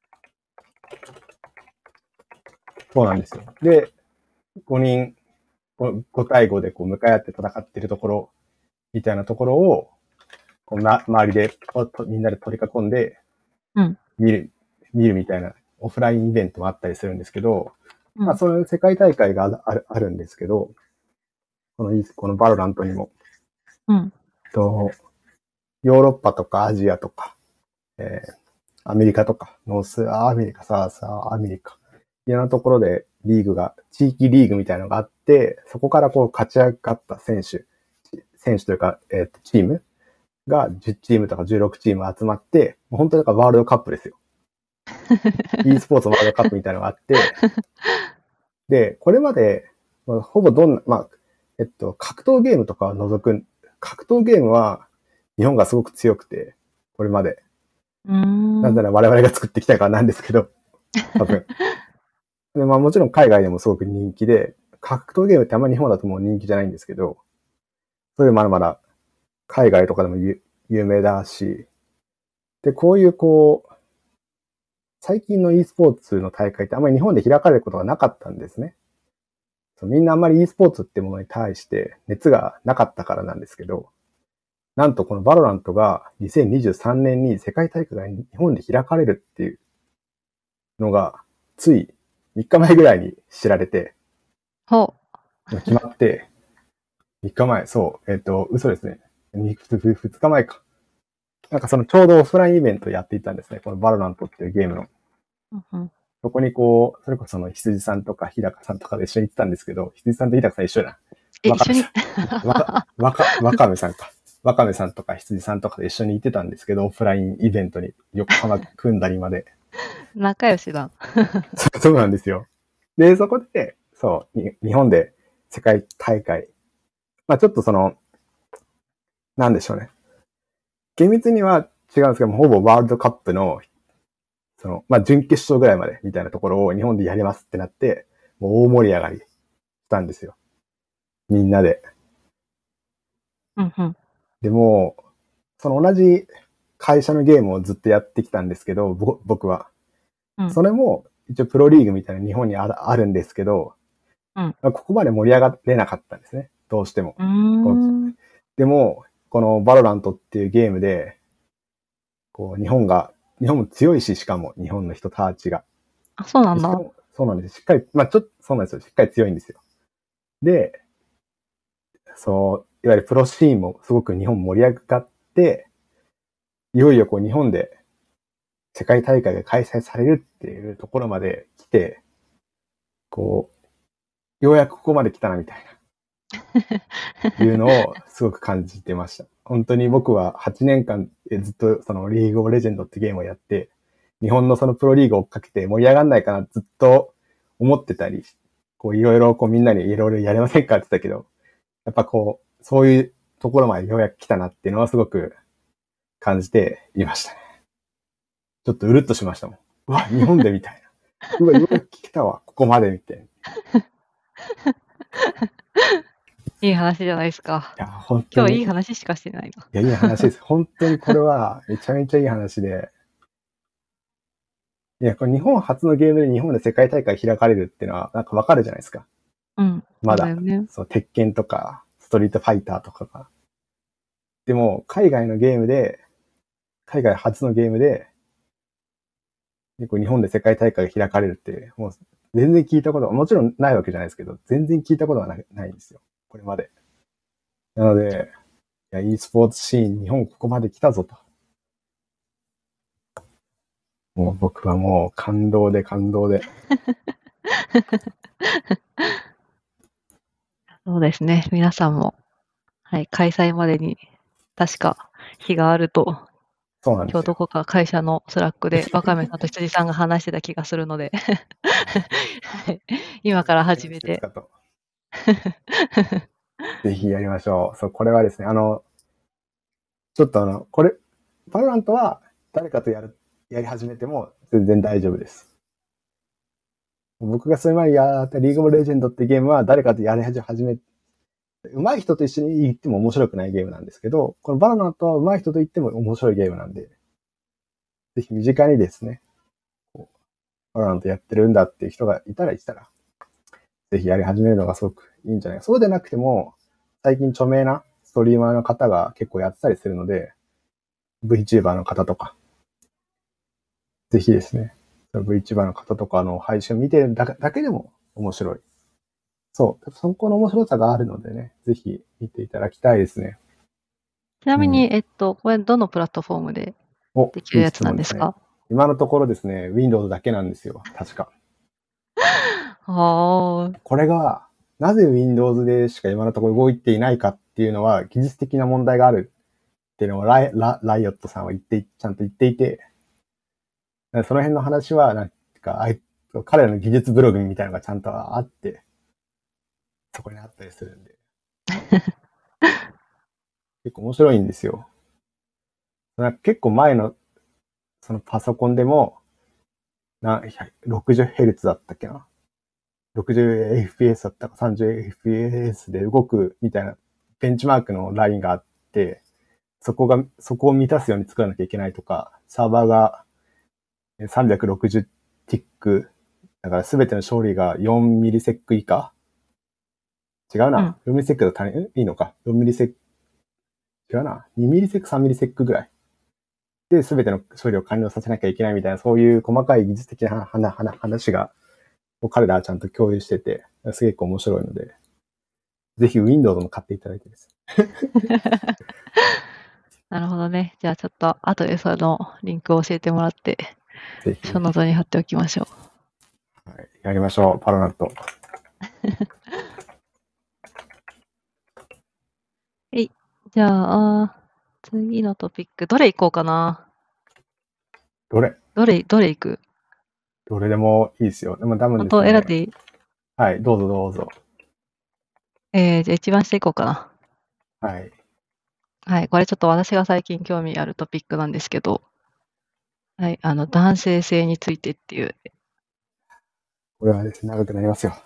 そうなんですよ。で、5対5でこう向かい合って戦ってるところ、みたいなところを、こう周りでみんなで取り囲んで、見るみたいなオフラインイベントもあったりするんですけど、まあそういう世界大会があるんですけど、このバロラントにも、ヨーロッパとかアジアとか、アメリカとか、ノースアメリカ、サウスアメリカ、いろんなところで地域リーグみたいなのがあって、そこからこう勝ち上がった選手というか、チームが10チームとか16チーム集まって、本当にワールドカップですよ。e スポーツワールドカップみたいなのがあって、で、これまで、ほぼ格闘ゲームとかを除く、格闘ゲームは日本がすごく強くて、これまで。なんだら我々が作ってきたからなんですけど、多分。でまあもちろん海外でもすごく人気で、格闘ゲームってあんまり日本だともう人気じゃないんですけど、それまだまだ海外とかでも有名だし、で、こういう最近の e スポーツの大会ってあんまり日本で開かれることがなかったんですね。みんなあんまり e スポーツってものに対して熱がなかったからなんですけど、なんとこのバロラントが2023年に世界大会が日本で開かれるっていうのが、つい3日前ぐらいに知られて、決まって、3日前、そう、嘘ですね。2日前か。なんかそのちょうどオフラインイベントやっていたんですね。このバロラントっていうゲームの。そこにそれこそ羊さんとか日高さんとかで一緒に行ってたんですけど、羊さんと日高さん一緒だ。 一緒にわかめさんか。わかめさんとか羊さんとかで一緒に行ってたんですけど、オフラインイベントに横浜組んだりまで。 仲良しだ。 そうなんですよ。で、そこで、日本で世界大会。まあちょっとなんでしょうね。厳密には違うんですけど、ほぼワールドカップの、準決勝ぐらいまでみたいなところを日本でやりますってなって、もう大盛り上がりしたんですよ。みんなで。でも、同じ会社のゲームをずっとやってきたんですけど、僕は。それも、一応プロリーグみたいな日本にあるんですけど、ここまで盛り上がれなかったんですね。どうしても。でも、このバロラントっていうゲームで、日本も強いし、しかも日本の人たちが。 そうなんだ。 そうなんです。しっかり、そうなんですよ。しっかり強いんですよ。で、いわゆるプロシーンもすごく日本盛り上がって、いよいよ日本で世界大会が開催されるっていうところまで来て、ようやくここまで来たなみたいな、いうのをすごく感じてました。本当に僕は8年間ずっとリーグオブレジェンドってゲームをやって、日本のプロリーグを追っかけて盛り上がんないかなずっと思ってたり、いろいろみんなにいろいろやれませんかって言ったけど、やっぱそういうところまでようやく来たなっていうのはすごく感じていましたね。ちょっとうるっとしましたもん。うわ、日本でみたいな。うわ、ようやく来たわ、ここまでみたいな。 いい話じゃないですか。 いや、本当今日いいに、 話しかしてないな。 いや、いい話です。本当にこれはめちゃめちゃいい話で、いや、これ日本初のゲームで日本で世界大会開かれるっていうのはなんかわかるじゃないですか。 うん。そまだ。 うだよね。 そう、鉄拳とか、ストリートファイターとかが。でも、海外初のゲームで、結構日本で世界大会が開かれるって、もう全然聞いたことは、もちろんないわけじゃないですけど、全然聞いたことがないんですよ。これまで。なので、いや、e スポーツシーン、日本ここまで来たぞと。もう僕はもう感動で感動で。 そうですね。皆さんも、はい、開催までに確か日があると、 そうなんですよ。 今日どこか会社のスラックでワカメさんと羊さんが話してた気がするので、はい、今から始めて。 ぜひやりましょう。そう、これはですね、ちょっとこれ、バロラントは誰かとやり始めても全然大丈夫です。僕がそれまでやったリーグオブレジェンドってゲームは誰かとやり始め、上手い人と一緒に行っても面白くないゲームなんですけど、このバロラントは上手い人と行っても面白いゲームなんで、ぜひ身近にですね、バロラントやってるんだっていう人がいたら、ぜひやり始めるのがすごくいいんじゃないか。そうでなくても、最近著名なストリーマーの方が結構やってたりするので、VTuber の方とか、ぜひですね、VTuber の方とかの配信を見てるだけでも面白い。そう。そこの面白さがあるのでね、ぜひ見ていただきたいですね。 ちなみに、これどのプラットフォームでできいいるやつ質問ですね。 なんですか？ 今のところですね、Windows だけなんですよ。確か。 ああ、 これが、なぜ Windows でしか今のところ動いていないかっていうのは、技術的な問題があるっていうのをライオットさんはちゃんと言っていて、その辺の話は、なんか、彼らの技術ブログみたいなのがちゃんとあって、そこにあったりするんで。結構面白いんですよ。結構前の、そのパソコンでも、60Hz だったっけな ?60fps だったか 30fps で動くみたいなベンチマークのラインがあって、そこを満たすように作らなきゃいけないとか、サーバーが360ティック、だからすべての処理が4ミリセック以下違うな。4ミリセックだといいのか。4ミリセック、違うな。2ミリセック、3ミリセックぐらい。で、すべての処理を完了させなきゃいけないみたいな、そういう細かい技術的な話が、彼らはちゃんと共有してて、すげえ面白いので、ぜひ Windows も買っていただいてです。 なるほどね。じゃあちょっと後でそのリンクを教えてもらって、 ぜひ、 ショーノートに貼っておきましょう。 はい、やりましょう、パロナット。 じゃあ、次のトピック、どれ行こうかな。 どれ行く？ どれでもいいですよ。でも多分本ですね。 当選んでいい？ はい、どうぞどうぞ。 じゃあ一番下行こうかな。 はい。 はい、これちょっと私が最近興味あるトピックなんですけど、はい、男性性についてっていう。 これはですね、長くなりますよ。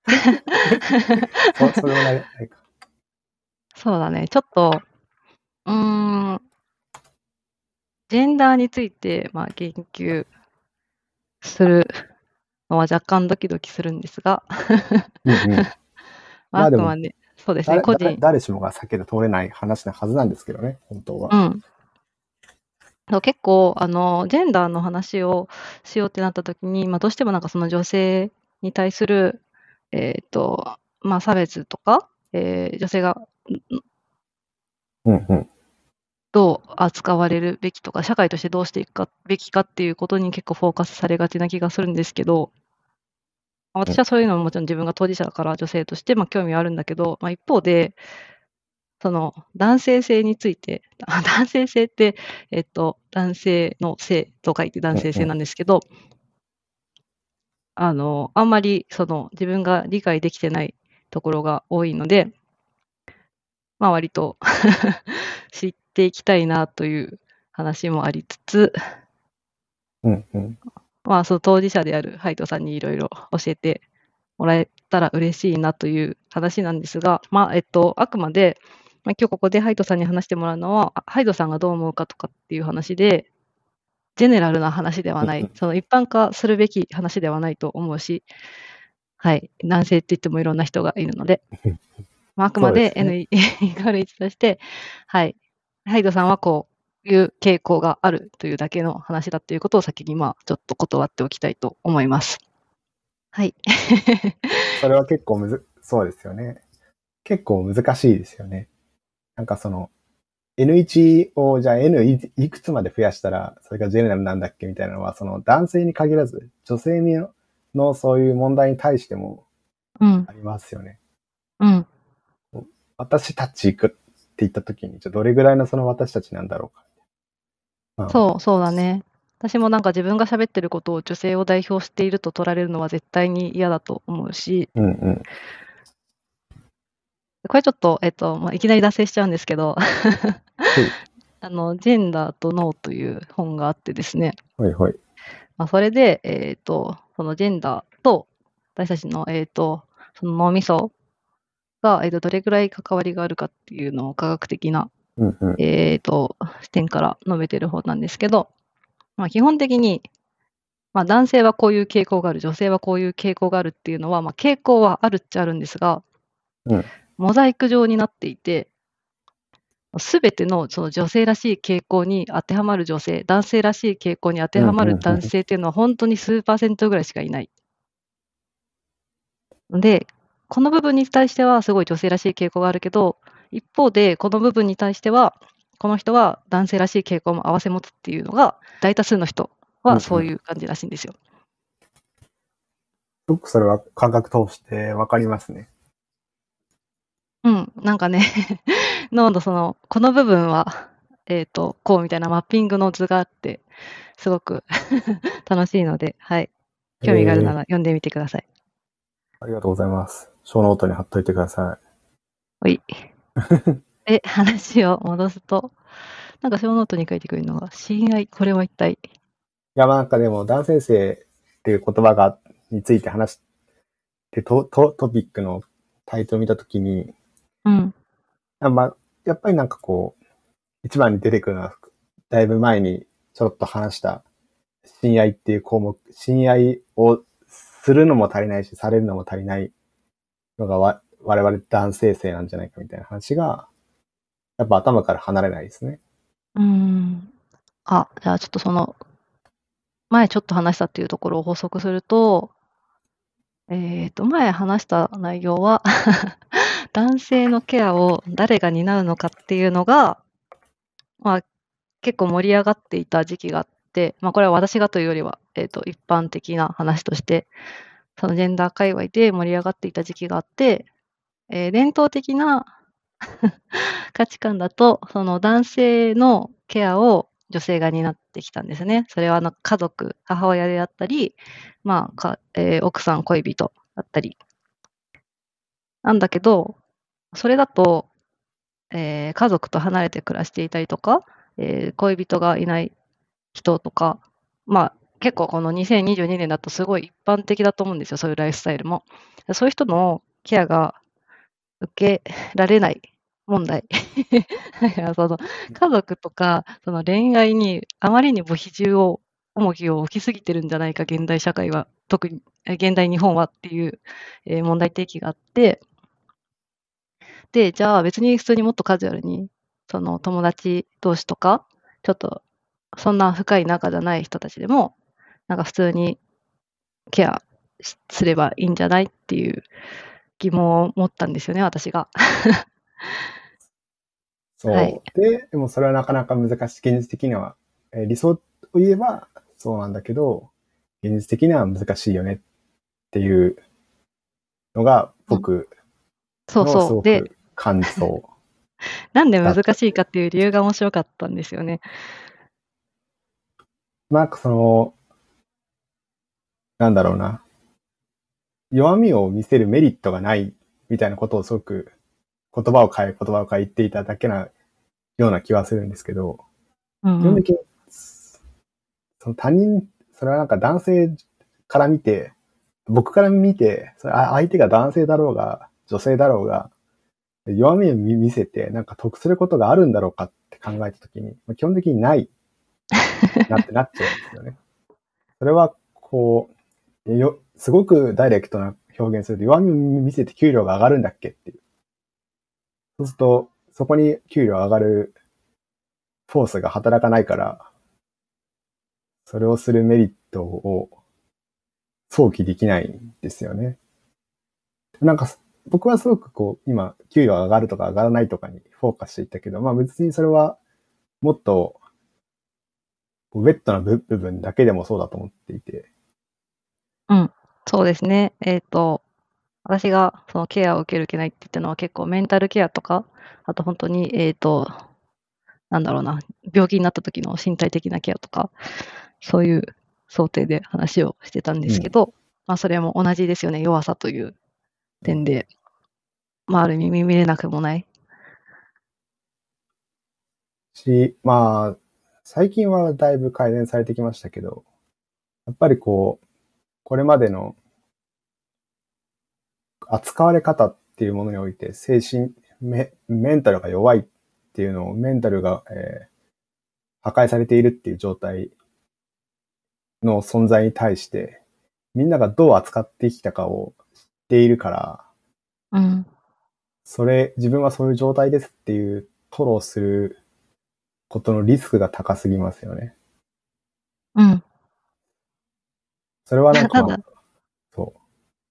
それもないか。 そうだね、ちょっと、うーん、ジェンダーについて、言及するのは若干ドキドキするんですが、 うんうん。まあでも、 あくまで、そうですね、 誰しもが避けて通れない話なはずなんですけどね、本当は。 うん。結構、ジェンダーの話をしようってなった時に、どうしてもなんかその女性に対する、差別とか、女性がうんうん。 どう扱われるべきとか、社会としてどうしていくかべきかっていうことに結構フォーカスされがちな気がするんですけど、私はそういうのももちろん自分が当事者だから女性として、興味はあるんだけど、一方で、その男性性について、男性性って、男性の性と書いて男性性なんですけど、あんまりその自分が理解できてないところが多いので、割と知っていきたいなという話もありつつ、 うんうん。 その当事者であるハイトさんにいろいろ教えてもらえたら嬉しいなという話なんですが、あくまで、今日ここでハイドさんに話してもらうのは、ハイドさんがどう思うかとかっていう話で、ジェネラルな話ではない、その一般化するべき話ではないと思うし、はい、男性って言ってもいろんな人がいるので、あくまでそうですね。 N イコール1として、はい、ハイドさんはこういう傾向があるというだけの話だということを先にちょっと断っておきたいと思います。はい。 それは結構そうですよね。結構難しいですよね。なんかその、N1 をじゃあ N いくつまで増やしたら、それがジェネラルなんだっけみたいなのは、その男性に限らず、女性のそういう問題に対してもうん。 ありますよね。 うん。 私たち行くって言った時に、じゃあどれぐらいのその私たちなんだろうか。まあ、 そうだね。私もなんか自分が喋ってることを女性を代表していると取られるのは絶対に嫌だと思うし、 うんうん。 これちょっと、いきなり脱線しちゃうんですけど、 ほい、 ジェンダーと脳という本があってですね、 ほいほい。 それで、そのジェンダーと私たちの、その脳みそが、どれぐらい関わりがあるかっていうのを科学的な、 うんうん。 視点から述べてる本なんですけど、基本的に、男性はこういう傾向がある、女性はこういう傾向があるっていうのは、傾向はあるっちゃあるんですが、 うん。 モザイク状になっていて、すべてのその女性らしい傾向に当てはまる女性、男性らしい傾向に当てうんはまるうんうん。 男性っていうのは本当に数パーセントぐらいしかいない。で、この部分に対してはすごい女性らしい傾向があるけど、一方でこの部分に対しては、この人は男性らしい傾向も併せ持つっていうのが、大多数の人はそううんうん。 いう感じらしいんですよ。 すごくそれは感覚通してわかりますね。 うん、なんかね脳のこの部分は、こうみたいなマッピングの図があって、すごく楽しいので、はい。興味があるならええ、 読んでみてください。 ありがとうございます。小ノートに貼っといてくださはい。 い。 で、話を戻すと、なんか小ノートに書いてくれるのが、親愛、これは一体。 や、まあなんかでも、男先生っていう言葉について話してトピックのタイトルを見たときに、 うん。 まあ、やっぱりなんかこう、一番に出てくるのは、だいぶ前にちょろっと話した親愛っていう項目、親愛をするのも足りないし、されるのも足りないのが我々男性性なんじゃないかみたいな話が、やっぱ頭から離れないですね。 うーん。じゃあちょっと前ちょっと話したっていうところを補足すると、前話した内容は男性のケアを誰が担うのかっていうのが、まあ、結構盛り上がっていた時期があって、これは私がというよりは、一般的な話として、そのジェンダー界隈で盛り上がっていた時期があって、伝統的な価値観だと、その男性のケアを女性が担ってきたんですね。それは家族、母親であったり、奥さん、恋人だったり。なんだけど、それだと、家族と離れて暮らしていたりとか、恋人がいない人とか、結構この2022年だとすごい一般的だと思うんですよ、そういうライフスタイルも。そういう人のケアが受けられない問題。だから家族とか、その恋愛にあまりにも重きを置きすぎてるんじゃないか、現代社会は、特に現代日本はっていう、問題提起があって、で、じゃあ別に普通にもっとカジュアルに、その友達同士とか、ちょっとそんな深い仲じゃない人たちでも、なんか普通にケアすればいいんじゃないっていう疑問を持ったんですよね、私が。はい。 そう。でもそれはなかなか難しい。現実的には、理想を言えばそうなんだけど、現実的には難しいよねっていうのがうん。 僕そうのすそう。で、 ごく感想なんで難だった。 しいかっていう理由が面白かったんですよね。 なんかその、なんだろうな。弱みを見せるメリットがないみたいなことをすごく言葉を変え言っていただけなような気はするんですけど、 うんうん。 基本的に、その他人、それはなんか男性から見て、 僕から見て、それ相手が男性だろうが、女性だろうが、弱みを見せて、なんか得することがあるんだろうかって考えたときに、基本的にないなってなっちゃうんですよね。それは、こう、すごくダイレクトな表現すると、弱みを見せて給料が上がるんだっけっていう。そうすると、そこに給料上がるフォースが働かないから、それをするメリットを想起できないんですよね。なんか、僕はすごくこう、今、給与が上がるとか上がらないとかにフォーカスしていったけど、まあ別にそれはもっと、ウェットな部分だけでもそうだと思っていて。 うん、そうですね。私がそのケアを受ける受けないって言ったのは結構メンタルケアとか、あと本当に、なんだろうな、病気になった時の身体的なケアとか、そういう想定で話をしてたんですけど、まあそれも同じですよね、弱さという点で。まあある意味見れなくもない。 まあ、最近はだいぶ改善されてきましたけど、やっぱりこう、これまでの扱われ方っていうものにおいて、メンタルが弱いっていうのを、メンタルが、破壊されているっていう状態の存在に対して、みんながどう扱ってきたかを知っているから、 うん。 自分はそういう状態ですっていう吐露することのリスクが高すぎますよね。 うん。 それはなんかただ、 まあ、そう。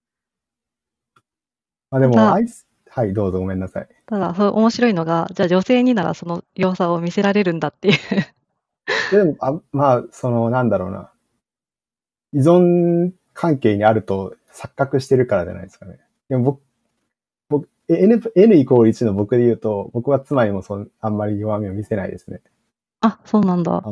まあでたも、 だ、 はい、どうぞごめんなさい。 ただ、そう面白いのが、じゃあ女性にならその弱さを見せられるんだっていう。 でも、まあ、なんだろうな。依存関係にあると錯覚してるからじゃないですかね。でもN イコール1の僕で言うと、僕は妻にもあんまり弱みを見せないですね。 あ、そうなんだ。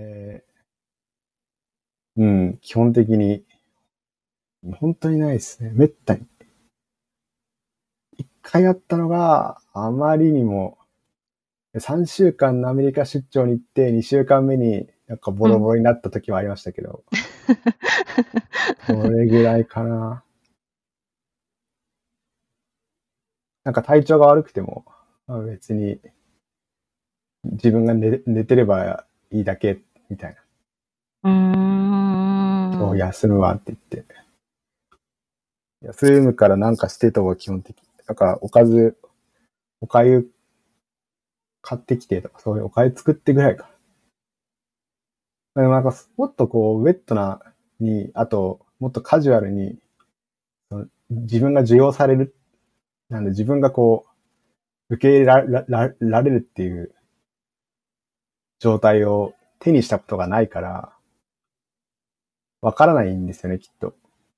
うん、基本的に、本当にないですね。めったに。一回あったのが、あまりにも、3週間のアメリカ出張に行って、2週間目になんかボロボロになった時はありましたけど、それぐらいかな。なんか体調が悪くても、まあ、別に自分が寝てればいいだけみたいな。 うーん。 今日休むわって言って。休むからなんかしてとは基本的。だからおかゆ買ってきてとか、そういうおかゆ作ってぐらいか。でもなんかもっとこう、ウェットなあと、もっとカジュアルに、自分が受容される。なんで自分がこう、受け入れられるっていう状態を手にしたことがないから、わからないんですよね、きっと。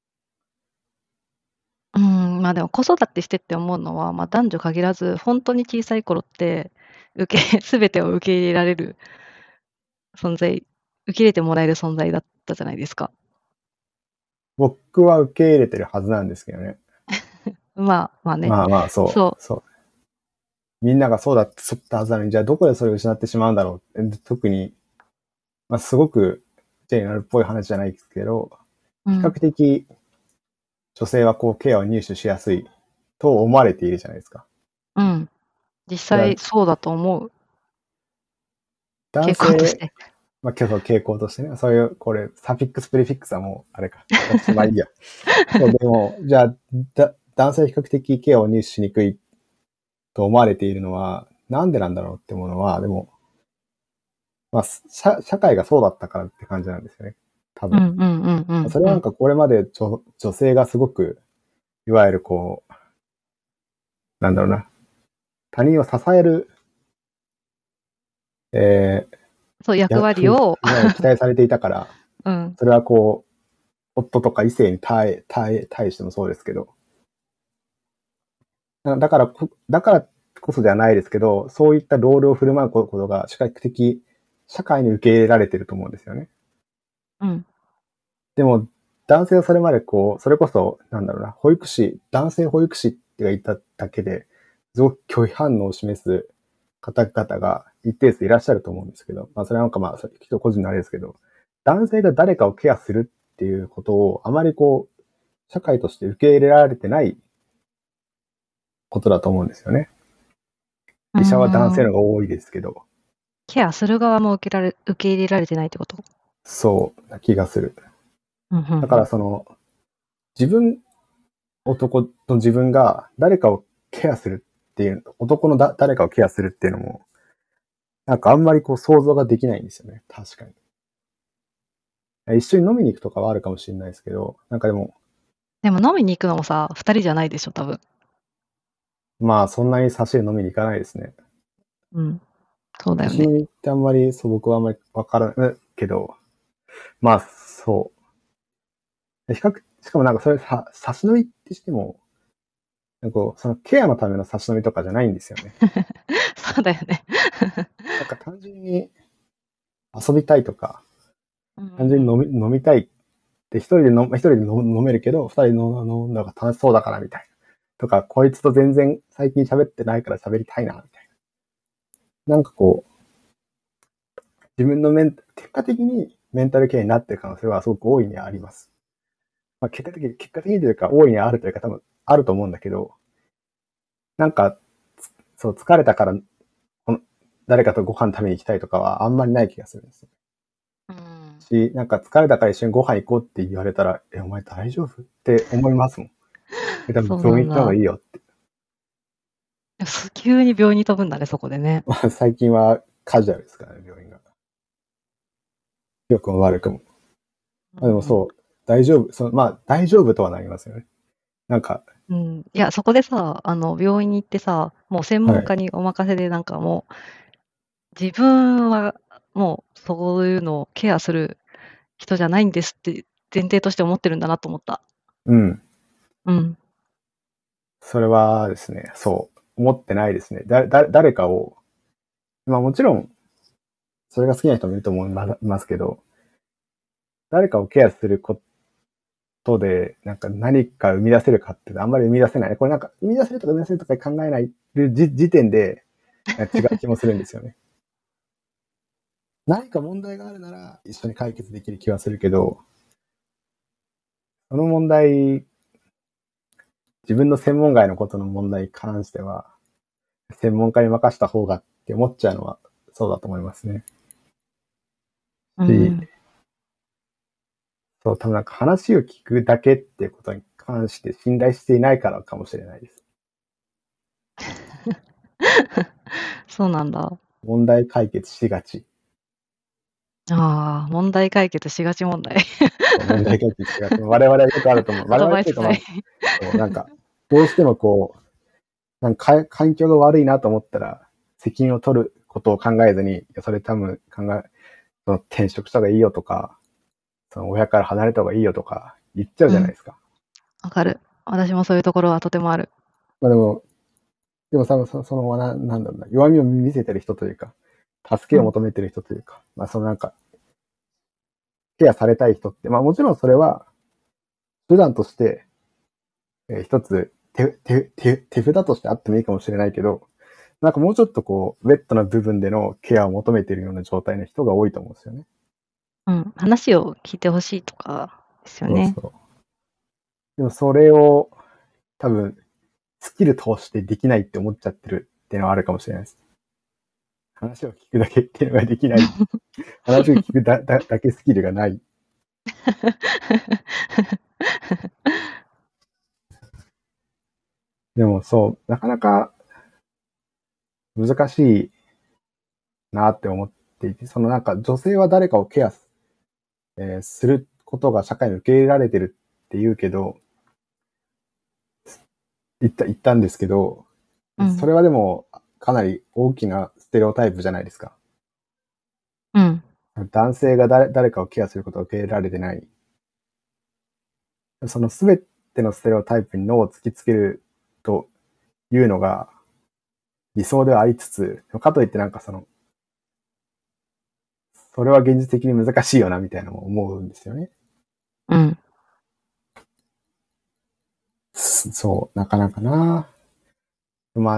まあでも子育てしてって思うのは、まあ男女限らず、本当に小さい頃って、全てを受け入れられる存在、受け入れてもらえる存在だったじゃないですか。 僕は受け入れてるはずなんですけどね。 まあ、まあね。 まあまあ、 そそう。みんながそうだったはずなのに、じゃあどこでそれを失ってしまうんだろうって。特に、まあすごく、ジェイナルっぽい話じゃないですけど、 う。 比較的女性はこうケアを入手しやすいと思われているじゃないですか。 うん。実際そうだと思う。傾向とし男性、 て。 まあ今日傾向としてね、そういう、これ、サフィックス、プレフィックスはもう、あれか。まあいいや。そう、でも、じゃあ、男性は比較的ケアを入手しにくいと思われているのは、なんでなんだろうってものは、でも、まあ、社会がそうだったからって感じなんですよね。多分。それはなんかこれまで女性がすごく、いわゆるこう、なんだろうな、他人を支える、 そう、役割を、 期待されていたから、 うん。 それはこう、夫とか異性に対してもそうですけど、だからこそではないですけど、そういったロールを振る舞うことが、比較的、社会に受け入れられてると思うんですよね。 うん。 でも、男性はそれまでこう、それこそ、なんだろうな、男性保育士って言っただけで、すごく拒否反応を示す方々が一定数いらっしゃると思うんですけど、まあそれはなんかまあ、人個人のあれですけど、男性が誰かをケアするっていうことをあまりこう、 社会として受け入れられてないことだと思うんですよね。医者は男性の方が多いですけど。 ケアする側も受け入れられてないってこと？ そうな気がする。だから男の自分が誰かをケアするっていう、男の誰かをケアするっていうのも、なんかあんまりこう想像ができないんですよね。確かに。一緒に飲みに行くとかはあるかもしれないですけど、なんかでも飲みに行くのもさ、2人じゃないでしょ、多分。 まあそんなに差しで飲みに行かないですね。 うん。そうだよね。 差し飲みってあんまり、僕はあんまりわからないけど、まあそう。しかもなんかそれ差し飲みってしても、なんかそのケアのための差し飲みとかじゃないんですよね。 そうだよね。 なんか単純に遊びたいとか、単純に飲みたいって一人で飲めるけど、二人で飲んだ方が楽しそうだからみたいな。とか、こいつと全然最近喋ってないから喋りたいな、みたいな。なんかこう、自分の結果的にメンタルケアになってる可能性はすごく大いにあります。まあ、結果的にというか、大いにあるというか、多分あると思うんだけど、なんか、そう、疲れたから、誰かとご飯食べに行きたいとかはあんまりない気がするんですよ。なんか疲れたから一緒にご飯行こうって言われたら、お前大丈夫って思いますもん。多分病院行った方がいいよって。 急に病院に飛ぶんだね、そこでね。 最近はカジュアルですからね、病院が。良くも悪くも。でもそう、大丈夫。大丈夫とはなりますよね。なんか。 いや、そこでさ、病院に行ってさ、もう専門家にお任せで、なんかもう、自分はもうそういうのをケアする人じゃないんですって前提として思ってるんだなと思った。 うん。 うん。 それはですね、そう、思ってないですね。誰かを、まあもちろん、それが好きな人もいると思いますけど、誰かをケアすることで、なんか何か生み出せるかってあんまり生み出せない。これなんか生み出せるとか生み出せるとか考えない時点で違う気もするんですよね。何か問題があるなら一緒に解決できる気はするけど、その問題、自分の専門外のことの問題に関しては、専門家に任した方がって思っちゃうのはそうだと思いますね。そう、多分なんか話を聞くだけっていうことに関して信頼していないからかもしれないです。 そうなんだ。 問題解決しがち。 ああ、問題解決しがち問題。 問題解決しがち。我々はよくあると思う。 ア我ド 々っていうかまあ、 バイス剤。 そうなんか、どうしてもこう、なんか環境が悪いなと思ったら、責任を取ることを考えずに、いやそれ多分その転職した方がいいよとか、その親から離れた方がいいよとか言っちゃうじゃないですか。 わかる。私もそういうところはとてもある。 まあでもなんだろうな、弱みを見せてる人というか、助けを求めてる人というか、まあそのなんか、ケアされたい人って、まあもちろんそれは、手段として、一つ手札としてあってもいいかもしれないけど、なんかもうちょっとこう、ウェットな部分でのケアを求めているような状態の人が多いと思うんですよね。 うん。話を聞いてほしいとかですよね。 そう。でもそれを多分、スキル通してできないって思っちゃってるっていうのはあるかもしれないです。話を聞くだけっていうのができない。話を聞くだけスキルがない。でもそう、なかなか難しいなって思っていて、そのなんか女性は誰かをケアすることが社会に受け入れられてるって言うけど、言ったんですけど、それはでもかなり大きなステレオタイプじゃないですか。 うん。 男性が誰かをケアすることが受け入れられてない。そのすべてのステレオタイプに脳を突きつけるというのが理想ではありつつ、かといってなんかそれは現実的に難しいよなみたいなのも思うんですよね。 うん。 そう、なかなかな。まあ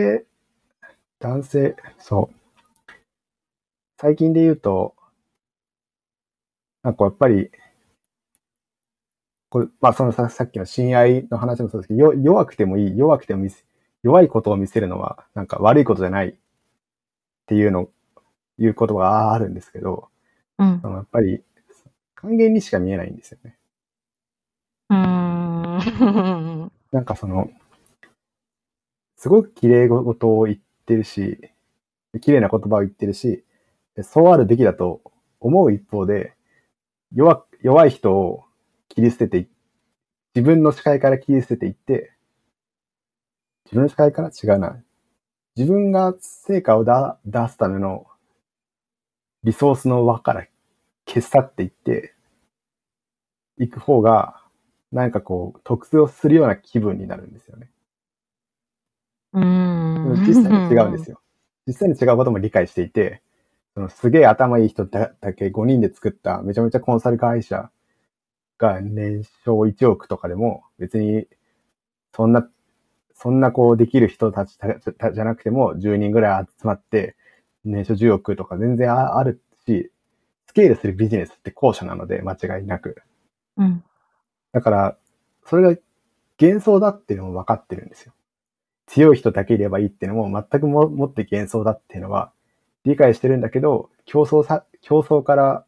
そう。最近で言うと、なんかやっぱり、 これ、まあそのさっきの親愛の話もそうですけど、弱くてもいい、弱いことを見せるのは、なんか悪いことじゃないっていうことがあるんですけど、 うん。 やっぱり、還元にしか見えないんですよね。 うーん。 なんかすごく綺麗事を言ってるし、綺麗な言葉を言ってるし、そうあるべきだと思う一方で、弱い人を切り捨てて、自分の視界から切り捨てていって、自分の視界から違うな。自分が成果を出すためのリソースの輪から消し去っていっていく方が、なんかこう、得をするような気分になるんですよね。 うーでも実際に違うんでん。 すよ。実際に違うことも理解していて、すげえ頭いい人だけ5人で作っためちゃめちゃコンサル会社が年商1億とかでも別にそんな、そんなこうできる人たちじゃなくても10人ぐらい集まって年商10億とか全然あるし、スケールするビジネスって後者なので間違いなく。 うん。 だから、それが幻想だっていうのも分かってるんですよ。強い人だけいればいいっていうのも全くもって幻想だっていうのは理解してるんだけど、競争から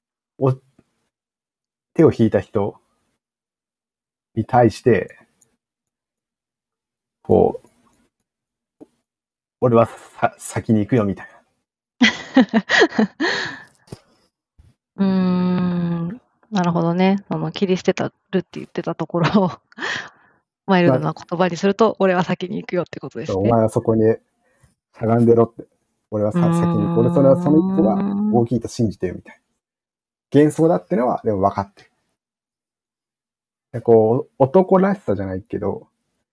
手を引いた人に対して、こう、俺は先に行くよみたいうーん。なるほどね。切り捨てたるって言ってたところをマイルな。まドな言葉にすると、俺は先に行くよってことであ、 すね。 お前はそこにしゃがんでろって。俺はうー先に行く。俺その一歩がん。 大きいと信じてるみたいな。幻想だってのはでも分かってる。でこう、男らしさじゃないけど、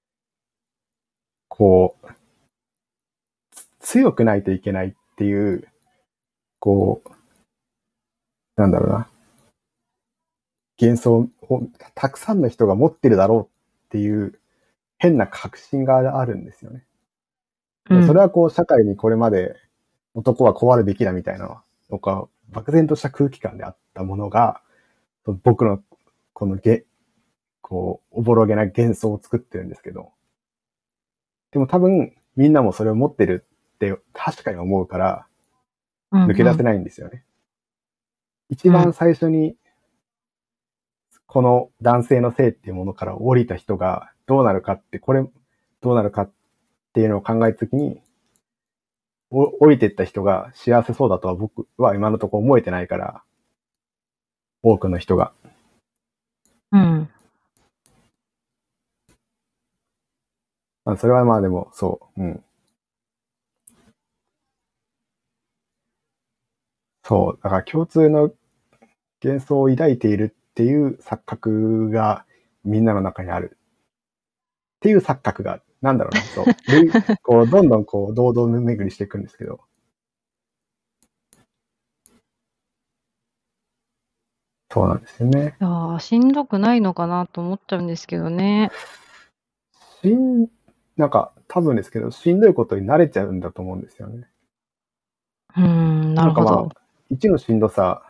こう、強くないといけないっていう、こう、なんだろうな。幻想をたくさんの人が持ってるだろうっていう変な確信があるんですよね。 うん。 それはこう社会にこれまで男はこうあるべきだみたいなのか、漠然とした空気感であったものが、僕のこのこう、おぼろげな幻想を作ってるんですけど、でも多分みんなもそれを持ってるって確かに思うからうんうん。 抜け出せないんですよね。一うん。 番最初にこの男性の性っていうものから降りた人がどうなるかって、どうなるかっていうのを考えたときに、降りていった人が幸せそうだとは僕は今のところ思えてないから、多くの人が。 うん。 まあ、それはまあでも、そう、うん。そう、だから共通の幻想を抱いているっていう錯覚がみんなの中にあるっていう錯覚がある。なんだろうな、そう。こう、どんどんこう、堂々巡りしていくんですけど、そうなんですよね。 いや、しんどくないのかなと思っちゃうんですけどね。 しん、なんか、多分ですけど、しんどいことに慣れちゃうんだと思うんですよね。 うーん、ななんかまあ、 るほど。 一のしんどさ、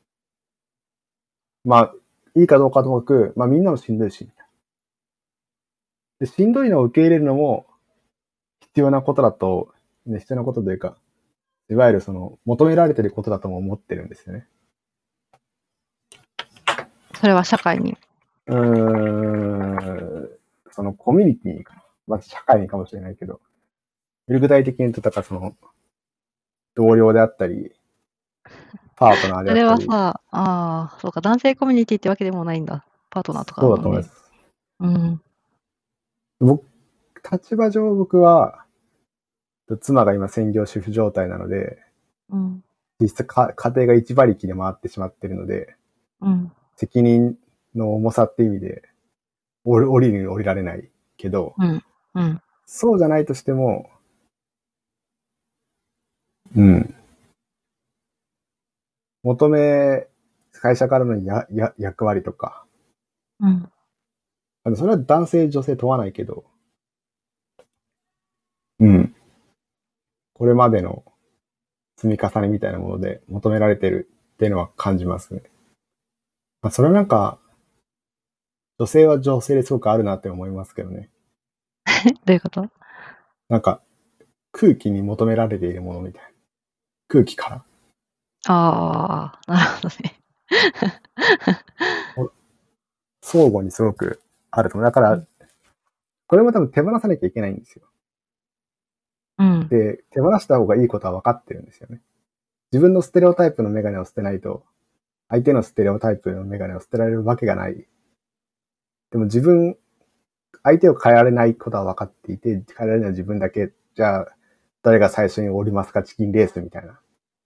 まあ、いいかどうかともかく、まあみんなもしんどいし、で、しんどいのを受け入れるのも必要なことだと、ね、必要なことというか、いわゆる求められていることだとも思ってるんですよね。 それは社会に。 うーん、コミュニティかな。まず社会にかもしれないけど、具体的に言うと、だから同僚であったり、パートナーでそれあったり、 はさ、ああ、そうか、男性コミュニティってわけでもないんだ。パートナーとかそうだもんね。 だと思います。 うん。 僕、立場上僕は、妻が今専業主婦状態なので、 うん。 実質家庭が一馬力で回ってしまっているので、 うん。 責任の重さって意味で、降りるに降りられないけど、 うん。うん。 そうじゃないとしても、うん、会社からの役割とか、 うん。 それは男性、女性問わないけど、うん、これまでの積み重ねみたいなもので求められてるっていうのは感じますね。まあ、それはなんか、 女性は女性ですごくあるなって思いますけどね。 どういうこと？ なんか、空気に求められているものみたいな。空気から。 ああ、なるほどね。 相互にすごくあると思う。だから、これも多分手放さなきゃいけないんですよ。 うん。 で、手放した方がいいことは分かってるんですよね。自分のステレオタイプのメガネを捨てないと、相手のステレオタイプのメガネを捨てられるわけがない。でも相手を変えられないことは分かっていて、変えられるのは自分だけ。じゃあ、誰が最初に折りますかチキンレースみたいな。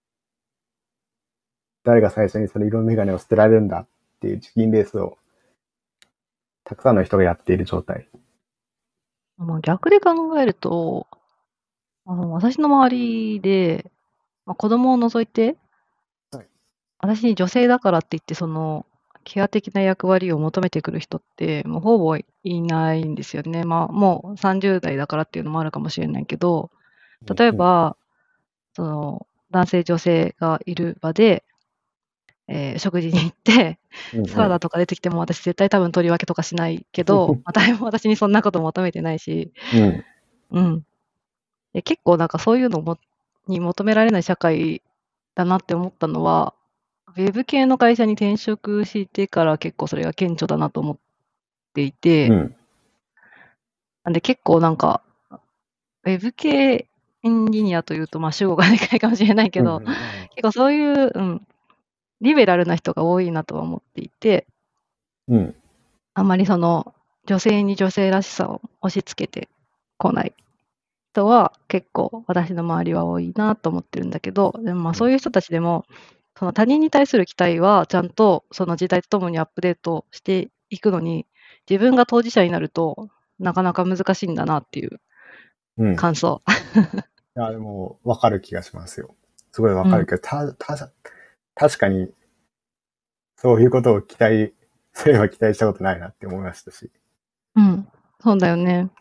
誰が最初にその色メガネを捨てられるんだっていうチキンレースを、たくさんの人がやっている状態。 まあ、逆で考えると、私の周りで、子供を除いて、 はい。 私に女性だからって言って、ケア的な役割を求めてくる人って、もうほぼいないんですよね。もう30代だからっていうのもあるかもしれないけど、例えうん、 ば、男性女性がいる場で、食事に行って、 うん、 サラダとか出てきても私絶対多分取り分けとかしないけど、誰も私にそんなこと求めてないし、 うん。 うん。で、結構なんかそういうのに求められない社会だなって思ったのは、ウェブ系の会社に転職してから結構それが顕著だなと思っていて、 うん。 なんで結構なんか、ウェブ系エンジニアというと、主語がでかいかもしれないけうん。 ど、結構そういう、リベラルな人が多いなとは思っていて、 うん。 あまり女性に女性らしさを押し付けてこない人は結構私の周りは多いなと思ってるんだけど、でもそういう人たちでも、その他人に対する期待はちゃんとその時代とともにアップデートしていくのに、自分が当事者になるとなかなか難しいんだなっていううん。 感想。 いや、でも、わかる気がしますよ。すごいわうん。 かるけど、確かに、そういうことをそういえば期待したことないなって思いましたうん。そうだよね。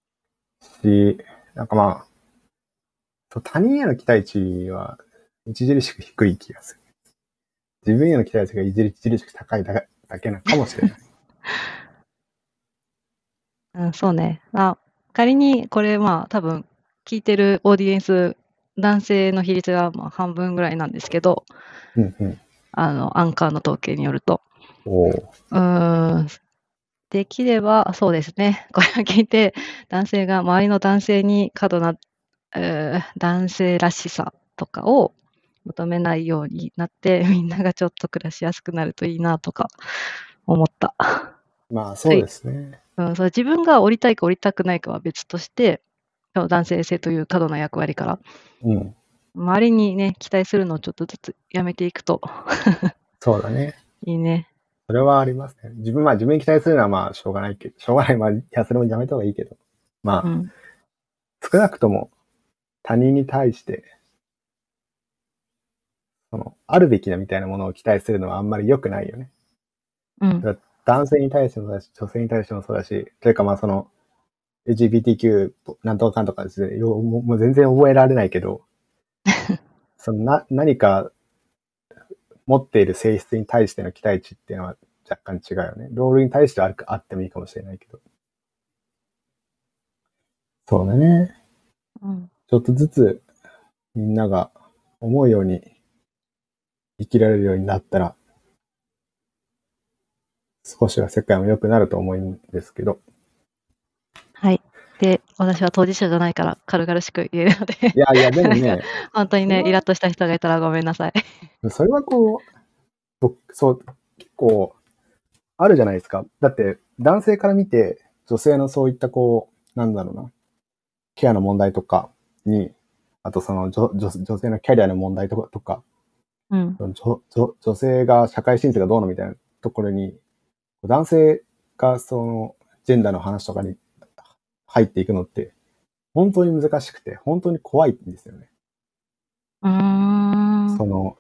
なんかまあ、他人への期待値は著しく低い気がする。自分への期待値が著しく高いだけなのかもしれない。 うん、そうね。仮にこれ多分聞いてるオーディエンス、男性の比率が半分ぐらいなんですけど、 うんうん。 アンカーの統計によると。 おー。 うーん、できれば、そうですね。これを聞いて、周りの男性に過度な、男性らしさとかを求めないようになって、みんながちょっと暮らしやすくなるといいなとか思った。 まあ、そうではい。 すね。 それ自分が降りたいか降りたくないかは別として、その男性性という過度な役割から、 うん。 周りにね、期待するのをちょっとずつやめていくとそうだね。 いいね。 それはありますね。自分に期待するのはまあ、しょうがないけど、しょうがない。まあ、いや、それもやめた方がいいけど。まうん。 あ、少なくとも他人に対して、あるべきなみたいなものを期待するのはあんまり良くないよね。 うん。 だから男性に対してもそうだし、女性に対してもそうだし、というかまあLGBTQ なんとかかんとかですね、もう全然覚えられないけど、何か持っている性質に対しての期待値っていうのは若干違うよね。ロールに対してはあってもいいかもしれないけど。そうだね。 うん。 ちょっとずつみんなが思うように生きられるようになったら、少しは世界も良くなると思うんですけど。 はい。で、私は当事者じゃないから軽々しく言えるのでいやいや、でなんか、 もね、 本当にね、イラッとした人がいたらごめんなさい。 それは結構あるじゃないですか。だって、男性から見て、女性のそういったなんだろうな、ケアの問題とかに、あと女性のキャリアの問題とか、 うん。 女性が社会進出がどうのみたいなところに、男性がジェンダーの話とかに入っていくのって、本当に難しくて、本当に怖いんですよね。 うーん。 その、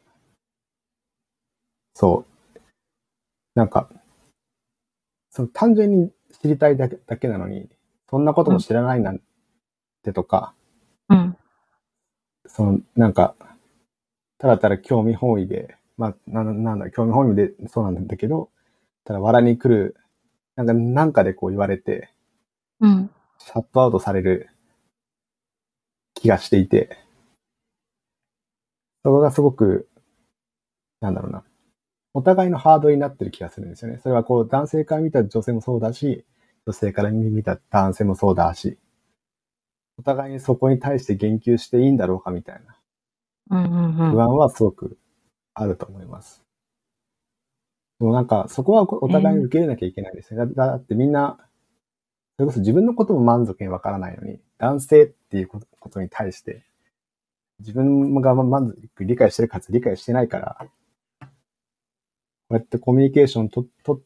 そう、なんか、単純に知りたいだけなのに、そんなことうん。 も知らないなんてとか、 うん。 なんか、ただただ興味本位で、まあ、興味本位でそうなんだけど、ただ笑いに来るなんかでこう言われて、 うん。 シャットアウトされる気がしていて、そこがすごく、なんだろうな、お互いのハードになってる気がするんですよね。それはこう男性から見た女性もそうだし、女性から見た男性もそうだし、お互いにそこに対して言及していいんだろうかみたいなうんうんうん。 不安はすごくあると思います。でもそこはお互いに受け入れなきゃいけないですね。だってみんな、それこそ自分のことも満足にわからないのに、男性っていうことに対して、自分が満足理解してるかつ理解してないから、こうやってコミュニケーションとって、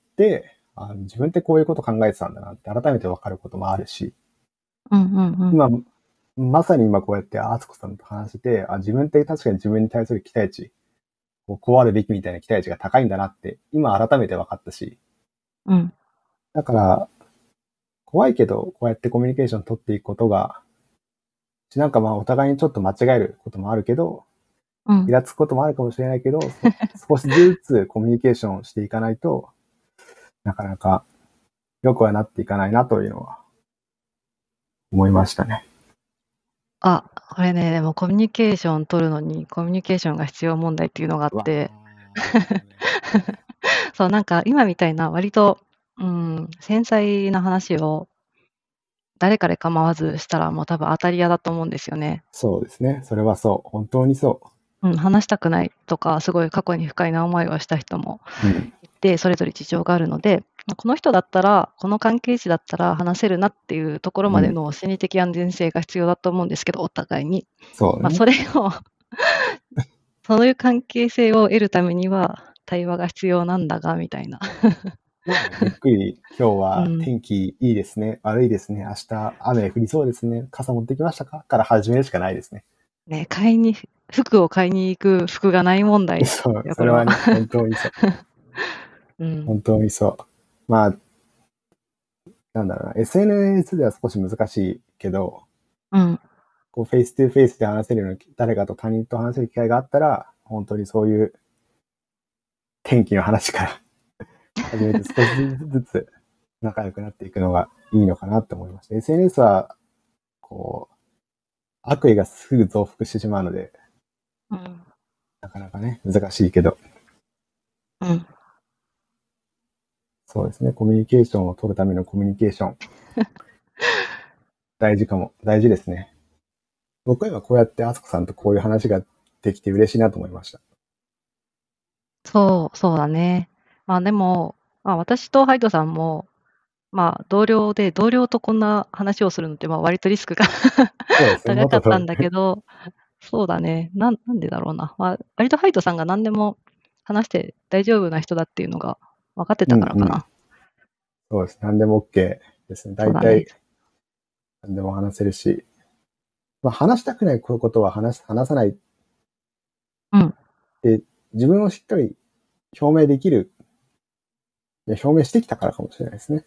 自分ってこういうこと考えてたんだなって改めてわかることもあるし、 うんうんうん。 今、まさに今こうやってあつこさんと話してて、自分って確かに自分に対する期待値、こうあるべきみたいな期待値が高いんだなって、今改めて分かったし、 うん。 だから、怖いけど、こうやってコミュニケーション取っていくことが、お互いにちょっと間違えることもあるけど、 うん。 イラつくこともあるかもしれないけど、少しずつコミュニケーションしていかないと、なかなか良くはなっていかないなというのは思いましたね。 あ、これね、でもコミュニケーション取るのに、コミュニケーションが必要問題っていうのがあっうわて、 ー、なるほどね。 そう、今みたいな割と、繊細な話を誰彼構わずしたらもう多分当たり屋だと思うんですよね。 そうですね。それはそう。本当にそ話したくないとか、すごい過去に不快な思いをした人もう。うん。 いて、それぞれ事情があるので、この人だったら、この関係値だったら話せるなっていうところまでうん。 の心理的安全性が必要だと思うんですけど、お互いに。そそうね。 れをそういう関係性を得るためには、対話が必要なんだがみたいな。 まあね、ゆっくり、今日はうん。 天気いいですね。悪いですね。明日雨降りそうですね。傘持ってきましたかから始めるしかないですね。 ね、服を買いに行く服がない問題そう、 よ、これは。 それはね、本当にそう。 うん。 本当にそう。まあ、なんだろうな。SNS では少し難しいけど、 うん。 こう、フェイストゥフェイスで話せるような、誰かと他人と話せる機会があったら、本当にそういう天気の話から始めて少しずつ仲良くなっていくのがいいのかなって思いました。SNS は、こう、悪意がすぐ増幅してしまうので、 うん。 なかなかね、難しいけど、 うん。 そうですね、コミュニケーションを取るためのコミュニケーション、大事かも、大事ですね。僕は今こうやってあすこさんとこういう話ができて嬉しいなと思いました。 そうだね。でも、私とハイドさんも、同僚で、同僚とこんな話をするのって、割とリスクがそうですね、 高かったんだけね。 ど、そうだね。なんでだろうな。割とハイドさんが何でも話して大丈夫な人だっていうのが分かってうんうん。 たからかな。 そうです。何でも OK ですね。 そうだね。 大体何でも話せるし、話したくないことは話さないっうん。 て自分をしっかり表明できる、表明してきたからかもしれないですね。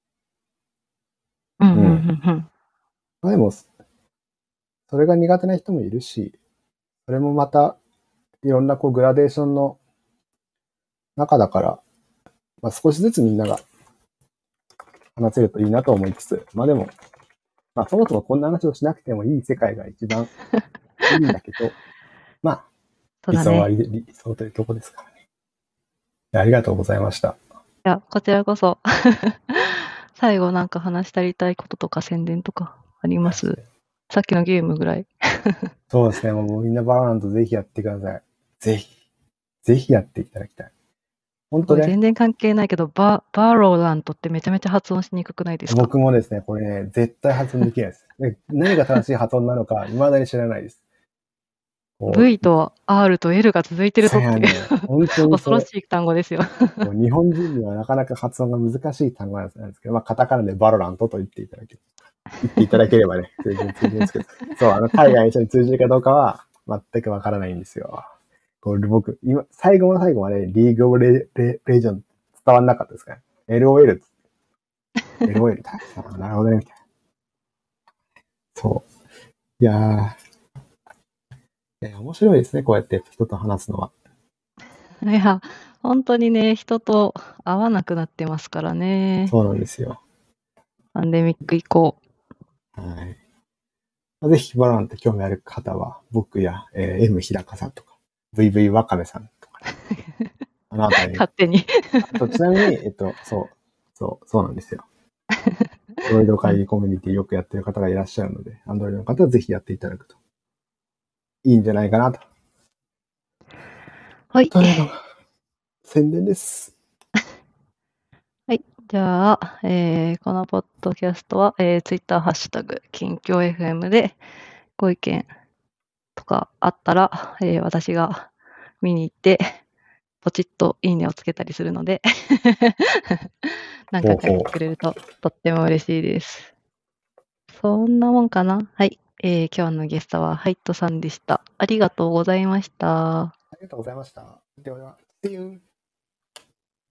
うんうんううん。 んうん。 でも、それが苦手な人もいるし、それもまたいろんなグラデーションの中だから、少しずつみんなが話せるといいなと思いつつ、でも、そもそもこんな話をしなくてもいい世界が一番いいんだけど、まあ、理想はそうだね。 理想というとこですからね。ありがとうございました。 いや、こちらこそ。最後話したりたいこととか宣伝とかあります？さっきのゲームぐらい。 そうですね。もうみんなバロラントぜひやってください。ぜひ、ぜひやっていただきたい。本すごい、 当ね、 全然関係ないけど、バロラントってめちゃめちゃ発音しにくくないですか？ 僕もですね、これね、絶対発音できないです。何が正しい発音なのか、未だに知らないです。 V と R と L が続いてるそぞっていうやね、本当にそれ。 恐ろしい単語ですよ。 日本人にはなかなか発音が難しい単語なんですけど、カタカナでバロラントと言っていただければね、全然通じるんですけど、そう、海外の人に通じるかどうかは全くわからないんですよ。僕、最後の最後までリーグオブレジョン伝わんなかったですかね。LOL だ。なるほどね、みたいな。そう。面白いですね、こうやって人と話すのは。 いや、本当にね、人と会わなくなってますからね。 そうなんですよ。 パンデミック以降。 はい。ぜひ、バロラント興味ある方は、僕や、M 日高さんとか、VV ワカメさんとか、あのあたりに。 勝手に。 ちなみに、そうなんですよ。Android 会議コミュニティよくやってる方がいらっしゃるので、Android の方はぜひやっていただくといいんじゃないかなと。 はい。 というのが宣伝です。 はい。じゃあ、このポッドキャストは、Twitter ハッシュタグ、近況 FM でご意見とかあったら、私が見に行って、ポチッといいねをつけたりするので、なんか書いてくれるととっても嬉しいです。そんなもんかな。はい。今日のゲストはハイトさんでした。ありがとうございました。 ありがとうございました。では、See you!